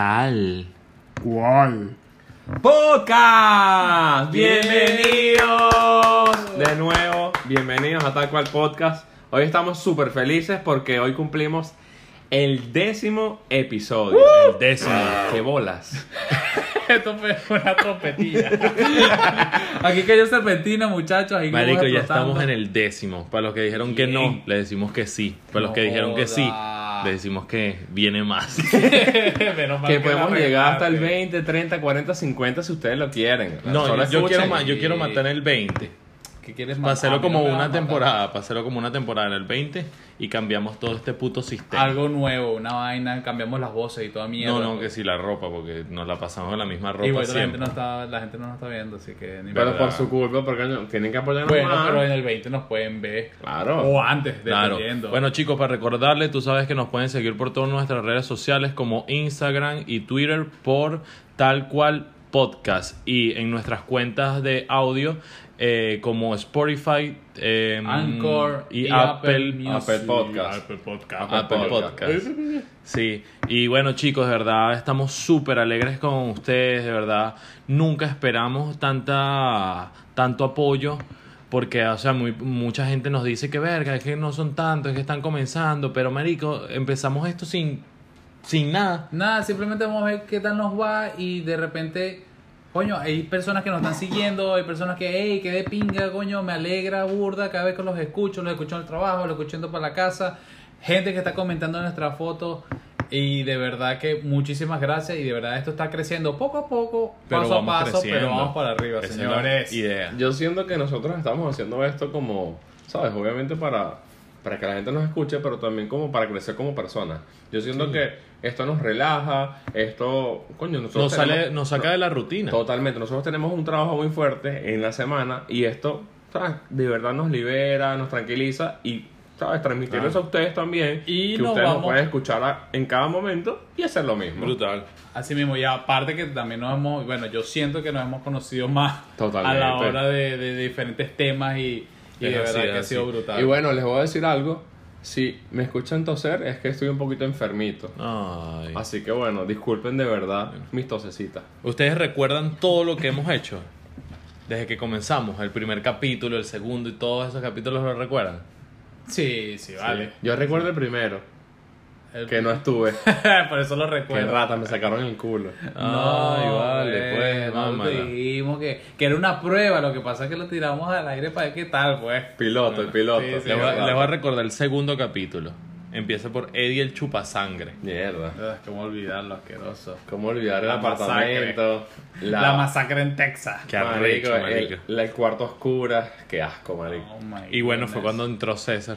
tal? ¿Cuál? ¡Podcast! ¡Bienvenidos! De nuevo, bienvenidos a Tal Cual Podcast. Hoy estamos súper felices porque hoy cumplimos el 10º episodio. El 10º. ¡Qué bolas! Esto fue una trompetilla. Aquí cayó serpentina, muchachos. Ahí Marico, ya explotando. estamos en el 10º. Para los que dijeron que no, le decimos que sí. Para los que dijeron que sí, le decimos que viene más. Menos mal Que la podemos llegar hasta el arreglaste. 20, 30, 40, 50 si ustedes lo quieren. No, Solo yo quiero escuchen. yo quiero matar el 20. ¿Qué quieres Para hacerlo matar? A mí como no me va a una matar. temporada. Para hacerlo como una temporada en el 20 y cambiamos todo este puto sistema. Algo nuevo, una vaina, cambiamos las voces y toda mierda. No, que si la ropa, porque nos la pasamos en la misma ropa Igual la gente, siempre. la gente no nos está viendo, así que ni Pero verdad. por su culpa, porque tienen que apoyarnos Bueno, más. pero en el 20 nos pueden ver. Claro. O antes, Claro. dependiendo. Bueno, chicos, para recordarles, tú sabes que nos pueden seguir por todas nuestras redes sociales como Instagram y Twitter por Tal Cual Podcast y en nuestras cuentas de audio como Spotify, Anchor y y Apple Music. Apple Podcast. Apple Podcast. Apple Podcast. Sí, y bueno, chicos, de verdad estamos súper alegres con ustedes, de verdad nunca esperamos tanto apoyo. Porque, o sea, mucha gente nos dice que verga, es que no son tantos, es que están comenzando. Pero, marico, empezamos esto sin nada. Nada, simplemente vamos a ver qué tal nos va y de repente, coño, hay personas que nos están siguiendo, hay personas que, hey, que de pinga, coño, me alegra burda cada vez que los escucho en el trabajo, los escucho para la casa, gente que está comentando en nuestra foto y de verdad que muchísimas gracias y de verdad esto está creciendo poco a poco, Pero paso a vamos paso, creciendo. pero vamos para arriba, Esa es la señores. idea. Yo siento que nosotros estamos haciendo esto como, ¿sabes? Obviamente para que la gente nos escuche, pero también como para crecer como personas. Yo siento que esto nos relaja, esto, coño, nosotros Nos saca de la rutina. Totalmente, nosotros tenemos un trabajo muy fuerte en la semana y esto, ¿sabes? De verdad nos libera, nos tranquiliza y, ¿sabes? Transmitirles a ustedes también Y que nos ustedes nos vamos- pueden escuchar en cada momento y hacer lo mismo. Brutal. Así mismo, y aparte que también nos hemos, bueno, yo siento que nos hemos conocido más Totalmente. a la hora de diferentes temas y de Es así, verdad que es ha sido así. brutal. Y bueno, les voy a decir algo. Si me escuchan toser es que estoy un poquito enfermito. Ay. Así que bueno, disculpen de verdad mis tosecitas. ¿Ustedes recuerdan todo lo que hemos hecho? Desde que comenzamos, el primer capítulo, el segundo y todos esos capítulos, ¿lo recuerdan? Sí, vale. Yo recuerdo el primero, El- que no estuve. Por eso lo Qué recuerdo. rata, me sacaron el culo. Ay, vale, pues, no mámala. dijimos que era una prueba, lo que pasa es que lo tiramos al aire para ver qué tal, pues. Piloto, el piloto. Sí, sí, Les Qué voy a rata. recordar el segundo capítulo. Empieza por Eddie el chupasangre. Mierda. Cómo olvidarlo, asqueroso. ¿Cómo olvidar el La apartamento? La masacre en Texas. Qué Marico, arrecho, marico. el cuarto oscura. Qué asco, marico. Oh my Y bueno, fue goodness. cuando entró César.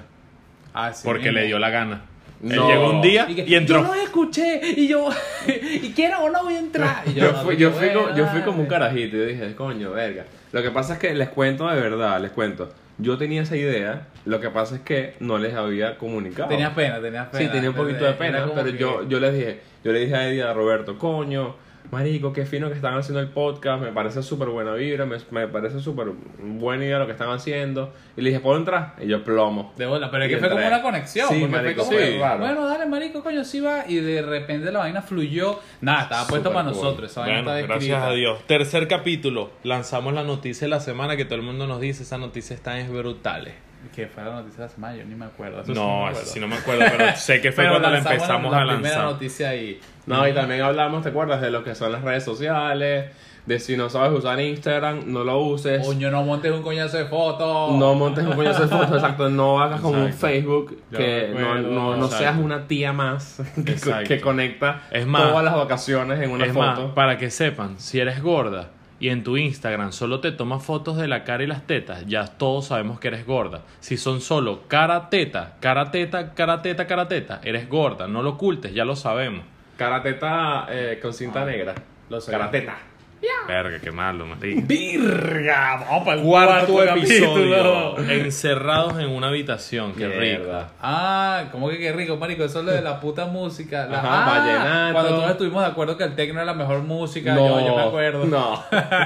Así Porque mismo. le dio la gana. Él No. llegó un día Y que, y entró. Yo lo escuché y yo, y quiera o no voy a entrar. Y Yo no, fui dije, yo fui como un "Bueno, carajito y yo dije, coño, verga. Lo que pasa es que les cuento de verdad, les cuento. Yo tenía esa idea, lo que pasa es que no les había comunicado. Tenías pena. Sí, tenía un poquito de pena, Era como pero que- yo le dije a Eddie, a Roberto, coño, marico, qué fino que están haciendo el podcast, me parece súper buena vibra, me parece súper buena idea lo que están haciendo. Y le dije, ¿puedo entrar? Y yo plomo. De bola, pero es Y que fue entré. como una conexión. Sí, porque marico, fue como sí, que, raro. bueno, dale, marico, coño, sí va. Y de repente la vaina fluyó. Nada, estaba puesto Súper para cool. nosotros. Esa vaina Bueno, estaba gracias escrita. a Dios. Tercer capítulo. Lanzamos la noticia de la semana que todo el mundo nos dice. Esa noticia está es brutales. Que fue la noticia de la semana, yo ni me acuerdo. Eso sí No, me eso acuerdo. sí no me acuerdo, pero sé que fue Pero cuando la lanzamos empezamos a la primera lanzar. noticia ahí. No, y también hablamos, ¿te acuerdas? De lo que son las redes sociales, de si no sabes usar Instagram, no lo uses. Coño, no montes un coñazo de fotos. No montes un coñazo de fotos, exacto. No hagas como un Exacto. Facebook, Yo que recuerdo, no exacto. seas una tía más Exacto. que conecta Es más, todas las vacaciones en una Es foto. más, para que sepan, si eres gorda y en tu Instagram solo te tomas fotos de la cara y las tetas, ya todos sabemos que eres gorda. Si son solo cara, teta, cara, teta, cara, teta, cara, teta, eres gorda. No lo ocultes, ya lo sabemos. Karateta con cinta negra. Lo sé. Karateta. Verga, qué malo, marico. ¡Virga! Vamos para el Cuarto episodio. capítulo. Encerrados en una habitación, qué rico. Mierda. Ah, ¿cómo que qué rico, marico? Eso es lo de la puta música. Ajá, vallenato. Cuando todos estuvimos de acuerdo que el techno era la mejor música. Yo me acuerdo. No.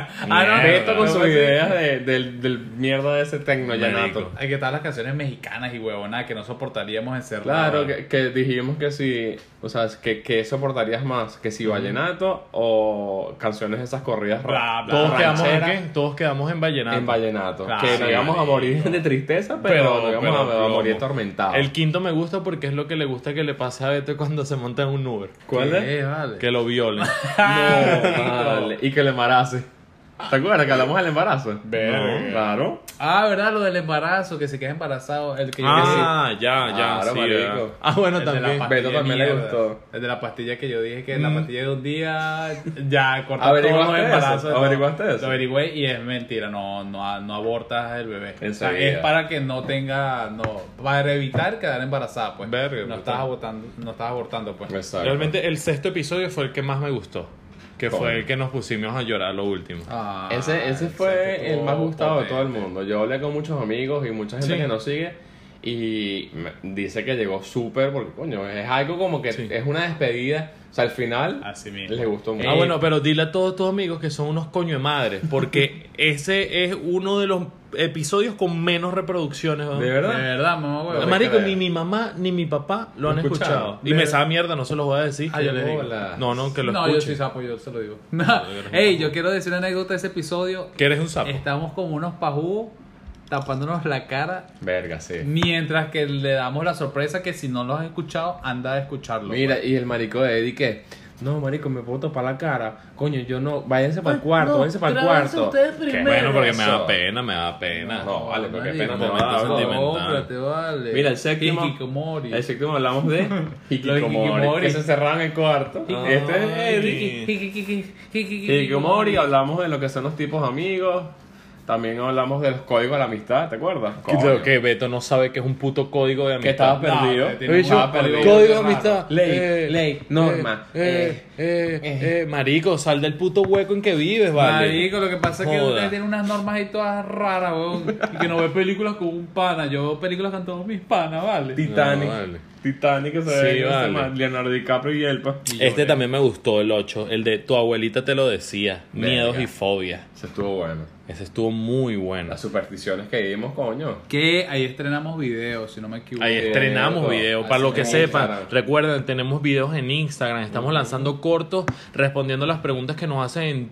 no. Beto con no, sus no, ideas del mierda de ese tecno llanato. Marico. Hay que estar las canciones mexicanas y huevonadas que no soportaríamos encerrados. Claro, que dijimos que si O sea, ¿qué soportarías más? ¿Que si vallenato o canciones de esas corridas Todos quedamos en vallenato. en vallenato? Claro, Que sí, nos íbamos a morir de tristeza, pero nos íbamos a morir atormentados. El quinto me gusta porque es lo que le gusta que le pase a Beto cuando se monta en un Uber. ¿Cuál es? Vale. Que lo violen. No, vale. Y que le embarace. ¿Te acuerdas que hablamos del embarazo? Verga. No, claro. ¿Verdad? Lo del embarazo, que se queda embarazado. El que yo Ya, Claro, sí. marico. Bueno, El de la también. pastilla Beto también le mierda. gustó. El de la pastilla que yo dije que la pastilla de un día ya corta ¿Averiguaste todos los embarazos. eso? ¿Averiguaste eso? Lo averigüé y es mentira, no abortas el bebé. O sea, Enseguida. es para que no tenga, para evitar quedar embarazada, pues. Verga, no puta. estás abortando, pues. Exacto. Realmente el sexto episodio fue el que más me gustó. Que ¿Cómo? fue el que nos pusimos a llorar lo último. Ese fue el más gustado de todo el mundo. Yo hablé con muchos amigos y mucha gente Sí. que nos sigue y dice que llegó súper porque, coño, es algo como que Sí. es una despedida. O sea, al final Así mismo. les gustó mucho. Bueno, pero dile a todos tus amigos que son unos coño de madres, porque ese es uno de los episodios con menos reproducciones. ¿no? ¿De verdad? De verdad, mamá, huevo. te Marico, creo. ni mi mamá ni mi papá lo han ¿Lo escucharon? escuchado. Y me sabe mierda, no se los voy a decir. Yo les digo. Hola. No, que lo No, yo escuchen. soy sapo, yo se lo digo. Ey, yo quiero decir una anécdota de ese episodio. Que eres un sapo. Estamos como unos pajúos tapándonos la cara Verga, sí. mientras que le damos la sorpresa que si no lo has escuchado, anda a escucharlo. Mira, pues. y el marico de Eddie que, no, marico, me puedo tapar la cara. Coño, yo no, váyanse para el cuarto, váyanse para el cuarto. ¿Qué Bueno, porque es me eso? da pena. No, vale, pero qué Marico, pena te momento va a dar, bro. sentimental. Cómprate, vale. Mira, el séptimo. Hikikomori. El séptimo hablamos de Los Hikikomori, hikikomori. que se cerraban en el cuarto. Ah, Este es Eddie. Hikikomori, hablamos de lo que son los tipos amigos. También hablamos de los códigos de la amistad, ¿te acuerdas? Creo que Beto no sabe que es un puto código de Que amistad. estabas perdido. tiene Estaba un perdido. Código de raro. amistad. Ley, norma. Marico, sal del puto hueco en que vives, vale. Marico, lo que pasa es que Joda. ustedes tienen unas normas ahí todas raras, weón. Y que no ve películas con un pana. Yo veo películas con todos mis panas, ¿vale? Titanic. No, vale. Titanic, que se Sí, ve vale. Leonardo DiCaprio y Elpa. Este también me gustó, el 8. El de tu abuelita te lo decía. Verga. Miedos y fobias. Ese estuvo bueno. Ese estuvo muy bueno. Las supersticiones que vimos, coño. Que ahí estrenamos videos, si no me equivoco. Ahí estrenamos todo. videos. Para lo que Así sepan, Instagram. recuerden, tenemos videos en Instagram. Estamos lanzando cortos, respondiendo las preguntas que nos hacen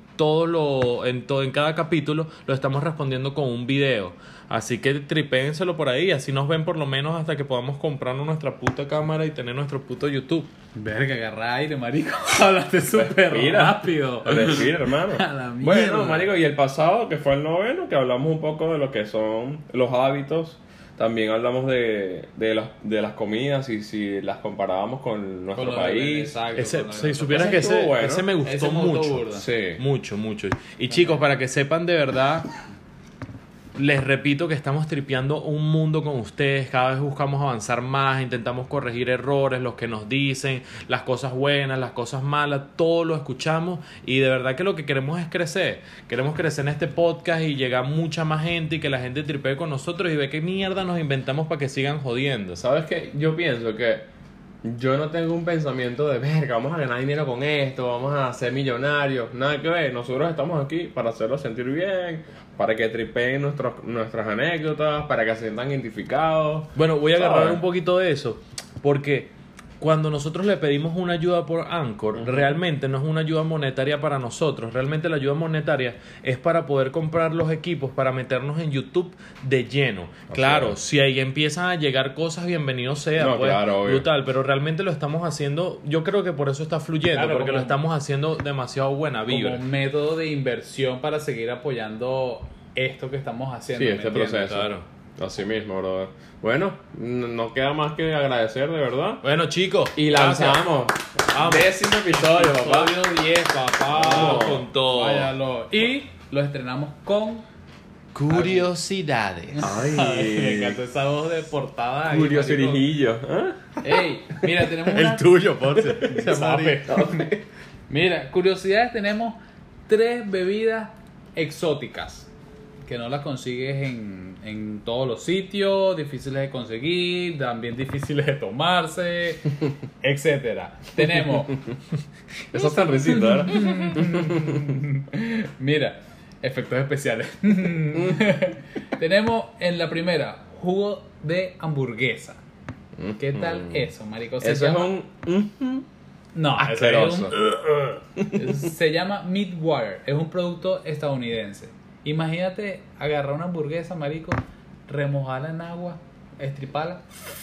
en cada capítulo. Lo estamos respondiendo con un video. Así que tripénselo por ahí. Así nos ven por lo menos hasta que podamos comprarnos nuestra puta cámara y tener nuestro puto YouTube. Verga, agarra aire, marico. Hablaste súper Respira. rápido. Respira, hermano. A la mierda. Bueno, marico, y el pasado, que fue el noveno, que hablamos un poco de lo que son los hábitos. También hablamos de las comidas y si las comparábamos con nuestro país. Si supieras que estuvo bueno. ese me gustó Ese me gustó mucho. burda. Sí. Mucho. Y chicos, para que sepan de verdad, les repito que estamos tripeando un mundo con ustedes. Cada vez buscamos avanzar más, intentamos corregir errores, los que nos dicen, las cosas buenas, las cosas malas, todo lo escuchamos. Y de verdad que lo que queremos es crecer. Queremos crecer en este podcast y llegar mucha más gente y que la gente tripee con nosotros y ve qué mierda nos inventamos para que sigan jodiendo. ¿Sabes qué? Yo pienso que yo no tengo un pensamiento de, verga, vamos a ganar dinero con esto, vamos a ser millonarios. Nada que ver. Nosotros estamos aquí para hacerlos sentir bien, para que tripeen nuestras anécdotas, para que se sientan identificados. Bueno, voy a agarrar ¿Sabes? un poquito de eso, porque cuando nosotros le pedimos una ayuda por Anchor, realmente no es una ayuda monetaria para nosotros, realmente la ayuda monetaria es para poder comprar los equipos, para meternos en YouTube de lleno. Claro, es. si ahí empiezan a llegar cosas, bienvenido sea, No, pues, claro, obvio. brutal, pero realmente lo estamos haciendo, yo creo que por eso está fluyendo, Claro, porque como- lo estamos haciendo demasiado buena vibra. Como un método de inversión para seguir apoyando esto que estamos haciendo. Sí, ¿me este entiendes? proceso. Claro. Así mismo, brother. Bueno, no queda más que agradecer, de verdad. Bueno, chicos, Y gracias. lanzamos. Vamos. 10º episodio, papá. Episodio 10, papá. Vamos con todo. Váyalo. Y lo estrenamos con... Curiosidades. Me Ay, encantó esa voz de portada. ahí, Curio marico. Cirijillo. ¿Ah? Ey, mira, tenemos una... El tuyo, Ponce. Sorry. Mira, curiosidades, tenemos 3 bebidas exóticas que no las consigues en todos los sitios, difíciles de conseguir, también difíciles de tomarse, etcétera. Tenemos, Esa sonrisita, ¿verdad? mira, efectos especiales. Tenemos en la primera jugo de hamburguesa. ¿Qué tal eso, marico? Se Eso es llama... un... No, asqueroso. se llama Meatwire. Es un producto estadounidense. Imagínate agarrar una hamburguesa, marico, remojarla en agua, estriparla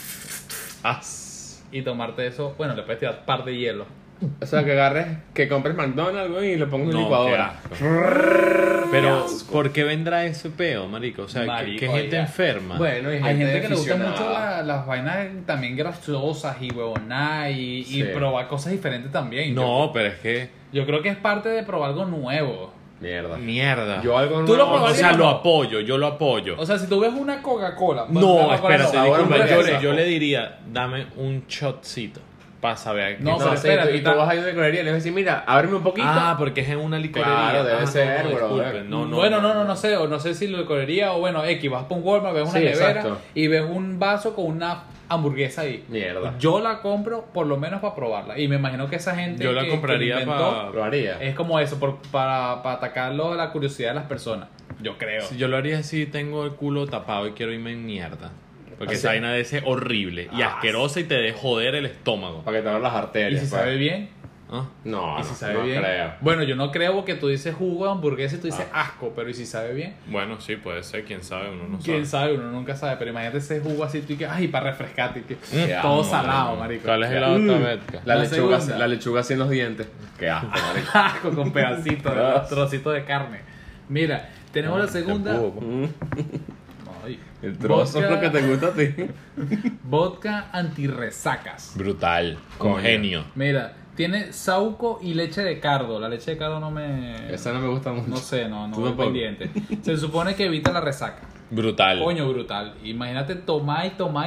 y tomarte eso. Bueno, le puedes tirar un par de hielo. O sea, que agarres, que compres McDonald's, güey, y lo pongas en No, licuadora. Pero, ¿por qué vendrá ese peo, marico? O sea, Marico, que gente ya. enferma. Bueno, Hay gente que le gusta aficionada. mucho las vainas también graciosas y huevonadas y Sí. probar cosas diferentes también. No, pero es que... Yo creo que es parte de probar algo nuevo. Mierda. Mierda. Yo algo Tú lo nuevo- O probarías. sea, no. lo apoyo, yo lo apoyo. O sea, si tú ves una Coca-Cola. No, una Coca-Cola espérate, sabor disculpa, hamburguesa. yo le diría, dame un shotcito para saber qué No, No, pero sí, espérate, y tú vas a ir a una licorería y le vas a decir, mira, ábreme un poquito. Ah, porque es en una licorería. Claro, debe ser, bro. disculpen, No sé, o no sé si lo correría o bueno, X, vas por un Walmart, ves una Sí, nevera exacto. y ves un vaso con una hamburguesa ahí. Mierda. Yo la compro por lo menos para probarla y me imagino que esa gente Yo la que compraría lo inventó Lo haría. es como eso, para atacarlo la curiosidad de las personas. Yo creo. Si yo lo haría si tengo el culo tapado y quiero irme en mierda. Porque Así. esa vaina de ese horrible y asquerosa y te de joder el estómago. Para que te abran las ¿Y arterias. si pues. sabe bien? ¿Ah? No, ¿Y si no, sabe no bien? creo. Bueno, yo no creo porque tú dices jugo de hamburguesa y tú dices asco, pero ¿y si sabe bien? Bueno, sí, puede ser, quién sabe, uno no ¿Quién sabe. sabe? Uno nunca sabe, pero imagínate ese jugo así, tú y que, ay, para refrescarte, y que Qué todo asco, salado, marico. marico. ¿Cuál es la otra métrica? La lechuga así en los dientes. Qué asco, marico. Asco con pedacitos, Dios. trocitos de carne. Mira, tenemos la segunda. Ay. El trozo es lo que te gusta a ti. Vodka antirresacas. Brutal, con Coño. genio. Mira, tiene sauco y leche de cardo. La leche de cardo no me. Esa no me gusta mucho. No sé, no ¿Tú voy tampoco? pendiente. Se supone que evita la resaca. Brutal. Coño, brutal. Imagínate tomar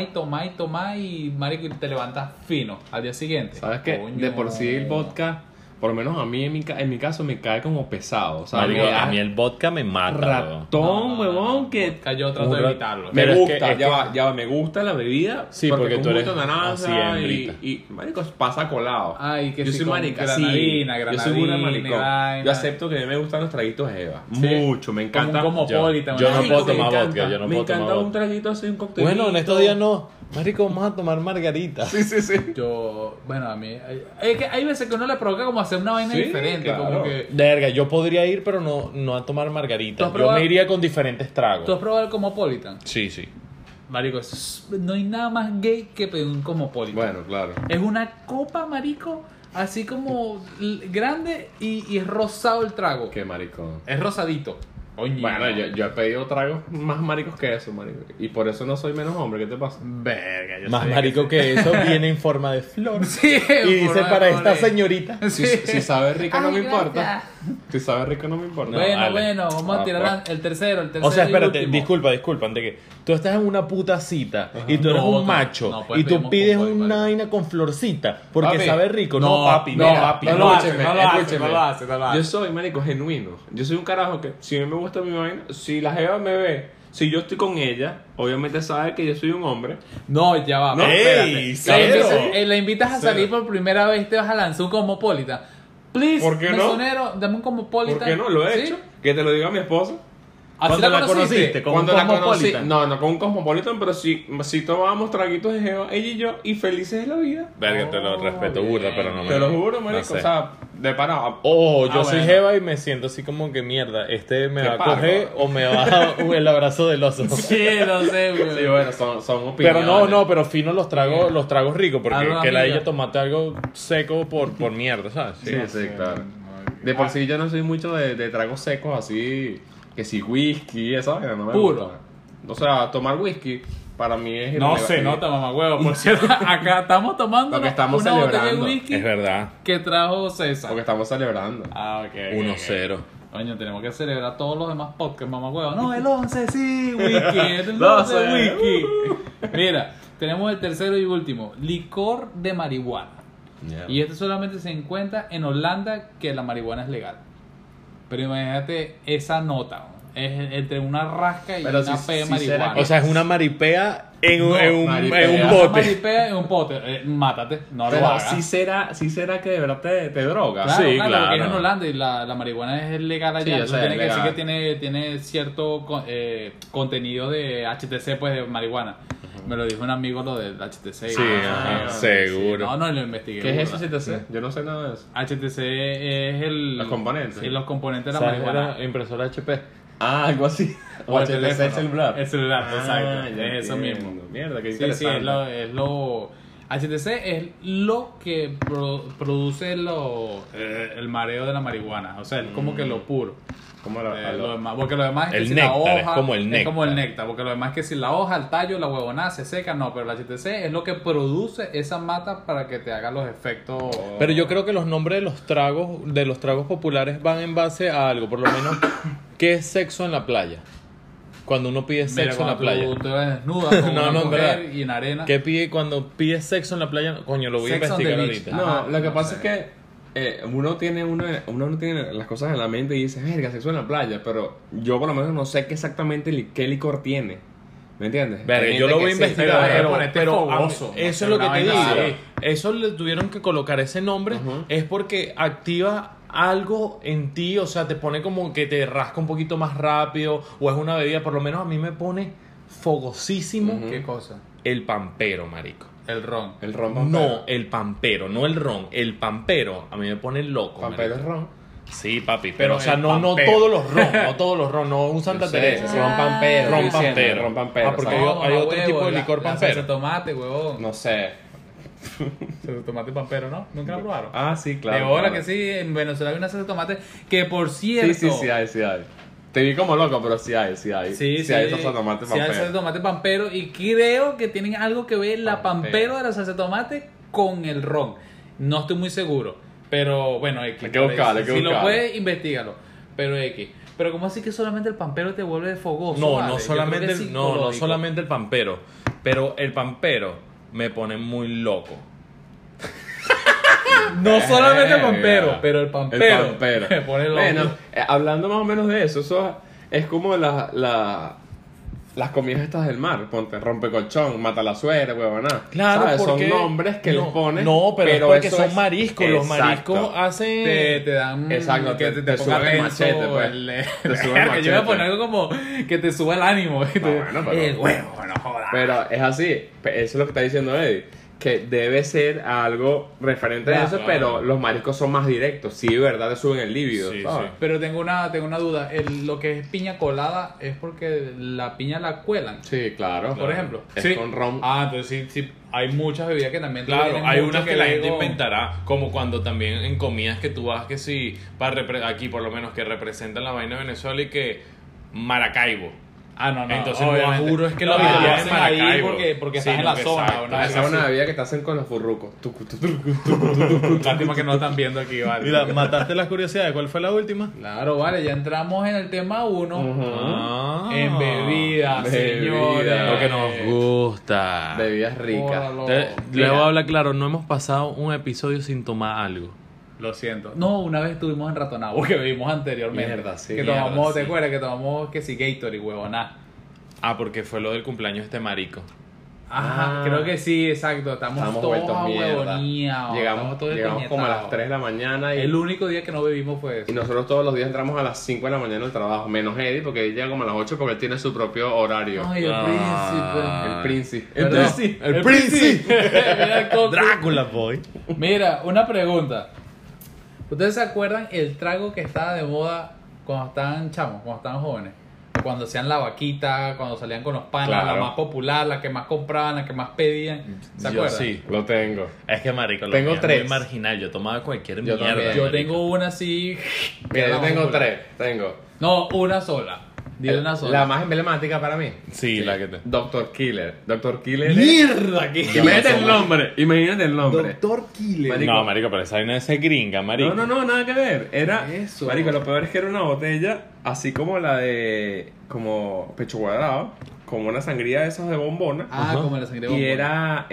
y marico, y te levantas fino al día siguiente. ¿Sabes qué? Coño. De por sí el vodka, por lo menos a mí en mi caso, me cae como pesado. O sea, Marico, me da a mí el vodka me mata, weón. ratón, huevón, que Vodka yo trato de evitarlo. me Pero es gusta, que- es ya va, me gusta la bebida. Sí, porque con tú eres jugo de así, naranja hembrita. y marico, pasa colado. Ay, que yo sí, soy con marica, granadina, sí. Yo soy pura granadina y maricón. vaina. Yo acepto que a mí me gustan los traguitos de Eva. Sí. Mucho, me encanta. Como Cosmopolitan. yo no marico. puedo Me tomar encanta, vodka, yo no me puedo encanta tomar un vodka. traguito así, un cóctel. Bueno, en estos días no. Marico, vamos a tomar margarita. Sí, sí, sí. Yo, bueno, a mí. Es que hay veces que uno le provoca como hacer una vaina Sí, diferente. claro. Como que. Verga, yo podría ir, pero no a tomar ¿Tú margarita. has Yo probado- me iría con diferentes ¿Tú has tragos. probado el Cosmopolitan? Sí, sí. Marico, no hay nada más gay que pedir un Cosmopolitan. Bueno, claro. Es una copa, marico, así como grande y es rosado el trago. Qué maricón. Es rosadito. Coño. Bueno, yo he pedido tragos más maricos que eso, marico. Y por eso no soy menos hombre. ¿Qué te pasa? Verga, yo Más sabía marico que eso viene en forma de flor. Sí, Y dice para esta señorita. Si sabe rico no Ay, me gracias. importa. Si sabe rico no me importa. No, Bueno, vale. bueno, vamos a tirar el tercero. O sea, y espérate, último. disculpa, antes que tú estás en una puta cita y tú eres No, un no, macho no puedes y pedir tú pides moco, una marico. vaina con florcita porque Papi, sabe rico. No, papi, no, mira, papi, No no lo hace, escúcheme, no lo hace, escúcheme. no lo hace, no lo hace. Yo soy, marico, genuino. Yo soy un carajo que si a mí me gusta mi vaina, si la jeva me ve, si yo estoy con ella, obviamente sabe que yo soy un hombre. No, ya va. No, ey, espérate. cero. La invitas a salir por primera vez, te vas a lanzar un Cosmopolitan. Please, ¿Por qué no? mesonero, dame un Cosmopolitan. ¿Por qué no? Lo he ¿Sí? hecho. Que te lo diga mi esposa. ¿Así ¿Cuándo la conociste? conociste? Con Cuando un la conocí, Cosmopolitan. no con un Cosmopolitan, pero si tomábamos traguitos de jeva, ella y yo, y felices de la vida. Verga, te lo respeto burda, pero no me... Te lo juro, marico. no sé. O sea, de parado. Ojo, yo soy bueno. jeva y me siento así como que mierda, me Qué va a pargo. coger o me va a dar el abrazo del oso. Sí, no sé, güey. Sí, bueno, son opiniones. Pero no, pero fino los tragos ricos, porque Algo que la amiga. ella tomate algo seco por mierda, ¿sabes? Sí, sí, claro. De por sí yo no soy mucho de tragos secos así, que si whisky y eso, vaina, no me Puro. gusta. O sea, tomar whisky para mí es No irrelevante. se nota, mamá huevo. Por cierto, acá estamos tomando Porque estamos una botella de celebrando. whisky Es verdad. que trajo César. Porque estamos celebrando. Ah, ok. 1-0. Coño, tenemos que celebrar todos los demás podcasts, mamá huevo. No, el 11 sí, whisky. El 12, 12 whisky. Mira, tenemos el tercero y último. Licor de marihuana. Y este solamente se encuentra en Holanda, que la marihuana es legal. Pero imagínate esa nota, ¿no? Es entre una rasca y Pero una si- fe de si marihuana. será que- O sea, es una maripea en un, No, en un, maripea. en un Una bote. maripea en un pote. Mátate, no lo Pero hagas. sí será que de verdad te droga. Claro, Sí, claro, claro. porque es en Holanda y la marihuana es legal allá. Sí, o Eso sea, tiene es que decir que legal. tiene cierto contenido de HTC, pues de marihuana. Me lo dijo un amigo lo del HTC. Sí, ajá, seguro. No, lo investigué. ¿Qué es burda. eso, HTC? Yo no sé nada de eso. HTC es el... Los componentes. Sí, los componentes de O la sea, marihuana. era impresora HP. Ah, algo así. O el HTC teléfono. el celular. El celular, Ah, exacto. ya Es eso entiendo. mismo. Mierda, qué Sí, interesante. es lo... HTC es lo que produce el mareo de la marihuana. O sea, es como que lo puro. ¿Cómo Lo demás, porque lo demás es que El si néctar, la hoja es como el es como el néctar. néctar, porque lo demás es que si la hoja, el tallo, la huevonada se seca, no, pero el HTC es lo que produce esa mata para que te haga los efectos. Pero yo creo que los nombres de los tragos populares van en base a algo, por lo menos, ¿qué es sexo en la playa? Cuando uno pide Mira, sexo en la cuando playa. tú te desnudas con No, una no, en verdad. mujer y en arena. ¿Qué pide cuando pides sexo en la playa? Coño, lo voy a Sex on the investigar beach. ahorita. No, Ajá, lo que no pasa sé. es que uno no tiene las cosas en la mente y dice, verga, sexo en la playa, pero yo por lo menos no sé qué exactamente qué licor tiene. ¿Me entiendes? Verga, Hay yo gente lo voy a que sí, investigar, pero ponerte fogoso, eso es no lo sé, que una te vaina digo. así. Eso le tuvieron que colocar ese nombre, Ujú. es porque activa algo en ti, o sea, te pone como que te rasca un poquito más rápido, o es una bebida, por lo menos a mí me pone fogosísimo Ujú. ¿Qué cosa? el pampero, marico. El ron. El ron No, pampero. el pampero, no el ron, el pampero, a mí me pone loco. Pampero es marico. ron. Sí, papi, Pero pero o sea, el no pampero. todos los ron, no todos los ron, no un Santa Yo sé, Teresa. ron pampero. Ron estoy diciendo, pampero. Ron pampero. Ah, porque ¿sabes? hay mamá otro tipo de licor la pampero. salsa de tomate, huevón. No sé. Salsa de tomate pampero, ¿no? ¿Nunca la probaron? Ah, sí, claro. De bola claro. que sí, en Venezuela hay una salsa de tomate que por cierto... Sí hay. Te vi como loco, pero sí hay. Sí hay salsa de tomate Sí, hay salsa de pampero. tomate pampero y creo que tienen algo que ver la Pampero. pampero de la salsa de tomate con el ron. No estoy muy seguro, pero bueno, X. Hay que buscarlo, hay que Si lo buscarlo. puedes, investigalo. Pero X. Pero ¿cómo así que solamente el pampero te vuelve fogoso? No, vale? no Yo solamente creo que es el, no psicológico. solamente el pampero, pero el pampero me pone muy loco. No solamente el Verga. pampero, pero el pampero. El pampero. Me pone loco. Bueno, hablando más o menos de eso es como las comidas estas del mar. Ponte rompecolchón, mata a la suegra, huevona. Claro, ¿sabes? porque Son nombres que no, les ponen. No, pero es porque eso son es- mariscos. Los Exacto. mariscos hacen. te dan Exacto, que te ponga suben el tenso machete, pues. Te suben el que yo voy a machete. poner algo como que te suba el ánimo. bueno, pero- el huevo, no jodas. Pero es así. Eso es lo que está diciendo Eddie. Que debe ser algo referente a Claro, eso, claro. pero los mariscos son más directos. Sí, de verdad, te suben el líbido. Sí, ¿sabes? sí. Pero tengo una duda. Lo que es piña colada es porque la piña la cuelan. Sí, claro. Por ejemplo. Es con ron. Ah, entonces sí. Hay muchas bebidas que también Claro, tienen hay mucho unas que la gente luego- inventará, como cuando también en comidas que tú vas que sí, aquí por lo menos que representan la vaina de Venezuela y que Maracaibo. Ah, no. Entonces, lo obviamente. juro es que No, lo y lo habitual hacen en ahí Maracaibo. porque Sí, estás en no, la zona. exacto. ¿no? Esa es una bebida que te hacen con los furrucos. Lástima que no están viendo aquí, vale. Mira, mataste las curiosidades. ¿Cuál fue la última? Claro, vale, ya entramos en el tema 1. Ah. En bebidas, Bebida. señores. Lo que nos gusta. Bebidas ricas. Óralo. Les Mira, voy a hablar claro, no hemos pasado un episodio sin tomar algo. Lo siento. No, una vez estuvimos en Ratonabo que bebimos anteriormente. Mierda, sí. Que Mierda, tomamos, ¿te sí. acuerdas? Que tomamos que sí, Gatorade, huevona. Ah, porque fue lo del cumpleaños de este marico. Ajá, Ah. creo que sí, exacto. Estamos Estamos todos vueltos mierda. huevoníados. Llegamos como a las 3 de la mañana y, El único día que no bebimos fue y eso. nosotros todos los días entramos a las 5 de la mañana al trabajo, menos Eddie porque él llega como a las 8 porque él tiene su propio horario. Ay, el Ah. El príncipe. ¿Verdad? El príncipe. Mira el coco. Drácula, boy. Mira, una pregunta. ¿Ustedes se acuerdan el trago que estaba de moda cuando estaban chamos, cuando estaban jóvenes? Cuando hacían la vaquita, cuando salían con los panas, Claro. la más popular, la que más compraban, la que más pedían. ¿Se Yo acuerdan? sí. Lo tengo. Es que marico, lo Tengo mío es 3. muy marginal. Yo tomaba cualquier Yo mierda. también. Yo marico. tengo una así. Mira, yo la más tengo popular. 3. Tengo. No, una sola. Dile una sola. La más emblemática para mí. Sí, la que te. Dr. Killer. Dr. Killer es... ¡Mierda! ¿Qué Imagínate el nombre. Imagínate el nombre. Doctor Killer. Marico. No, marico, pero esa vaina es gringa, marico. No, nada que ver. Era. Eso. Marico, lo peor es que era una botella así como la de. Como pecho cuadrado. Como una sangría de esas de bombona. Ah, Ajá. como la sangre de Y bombón. era.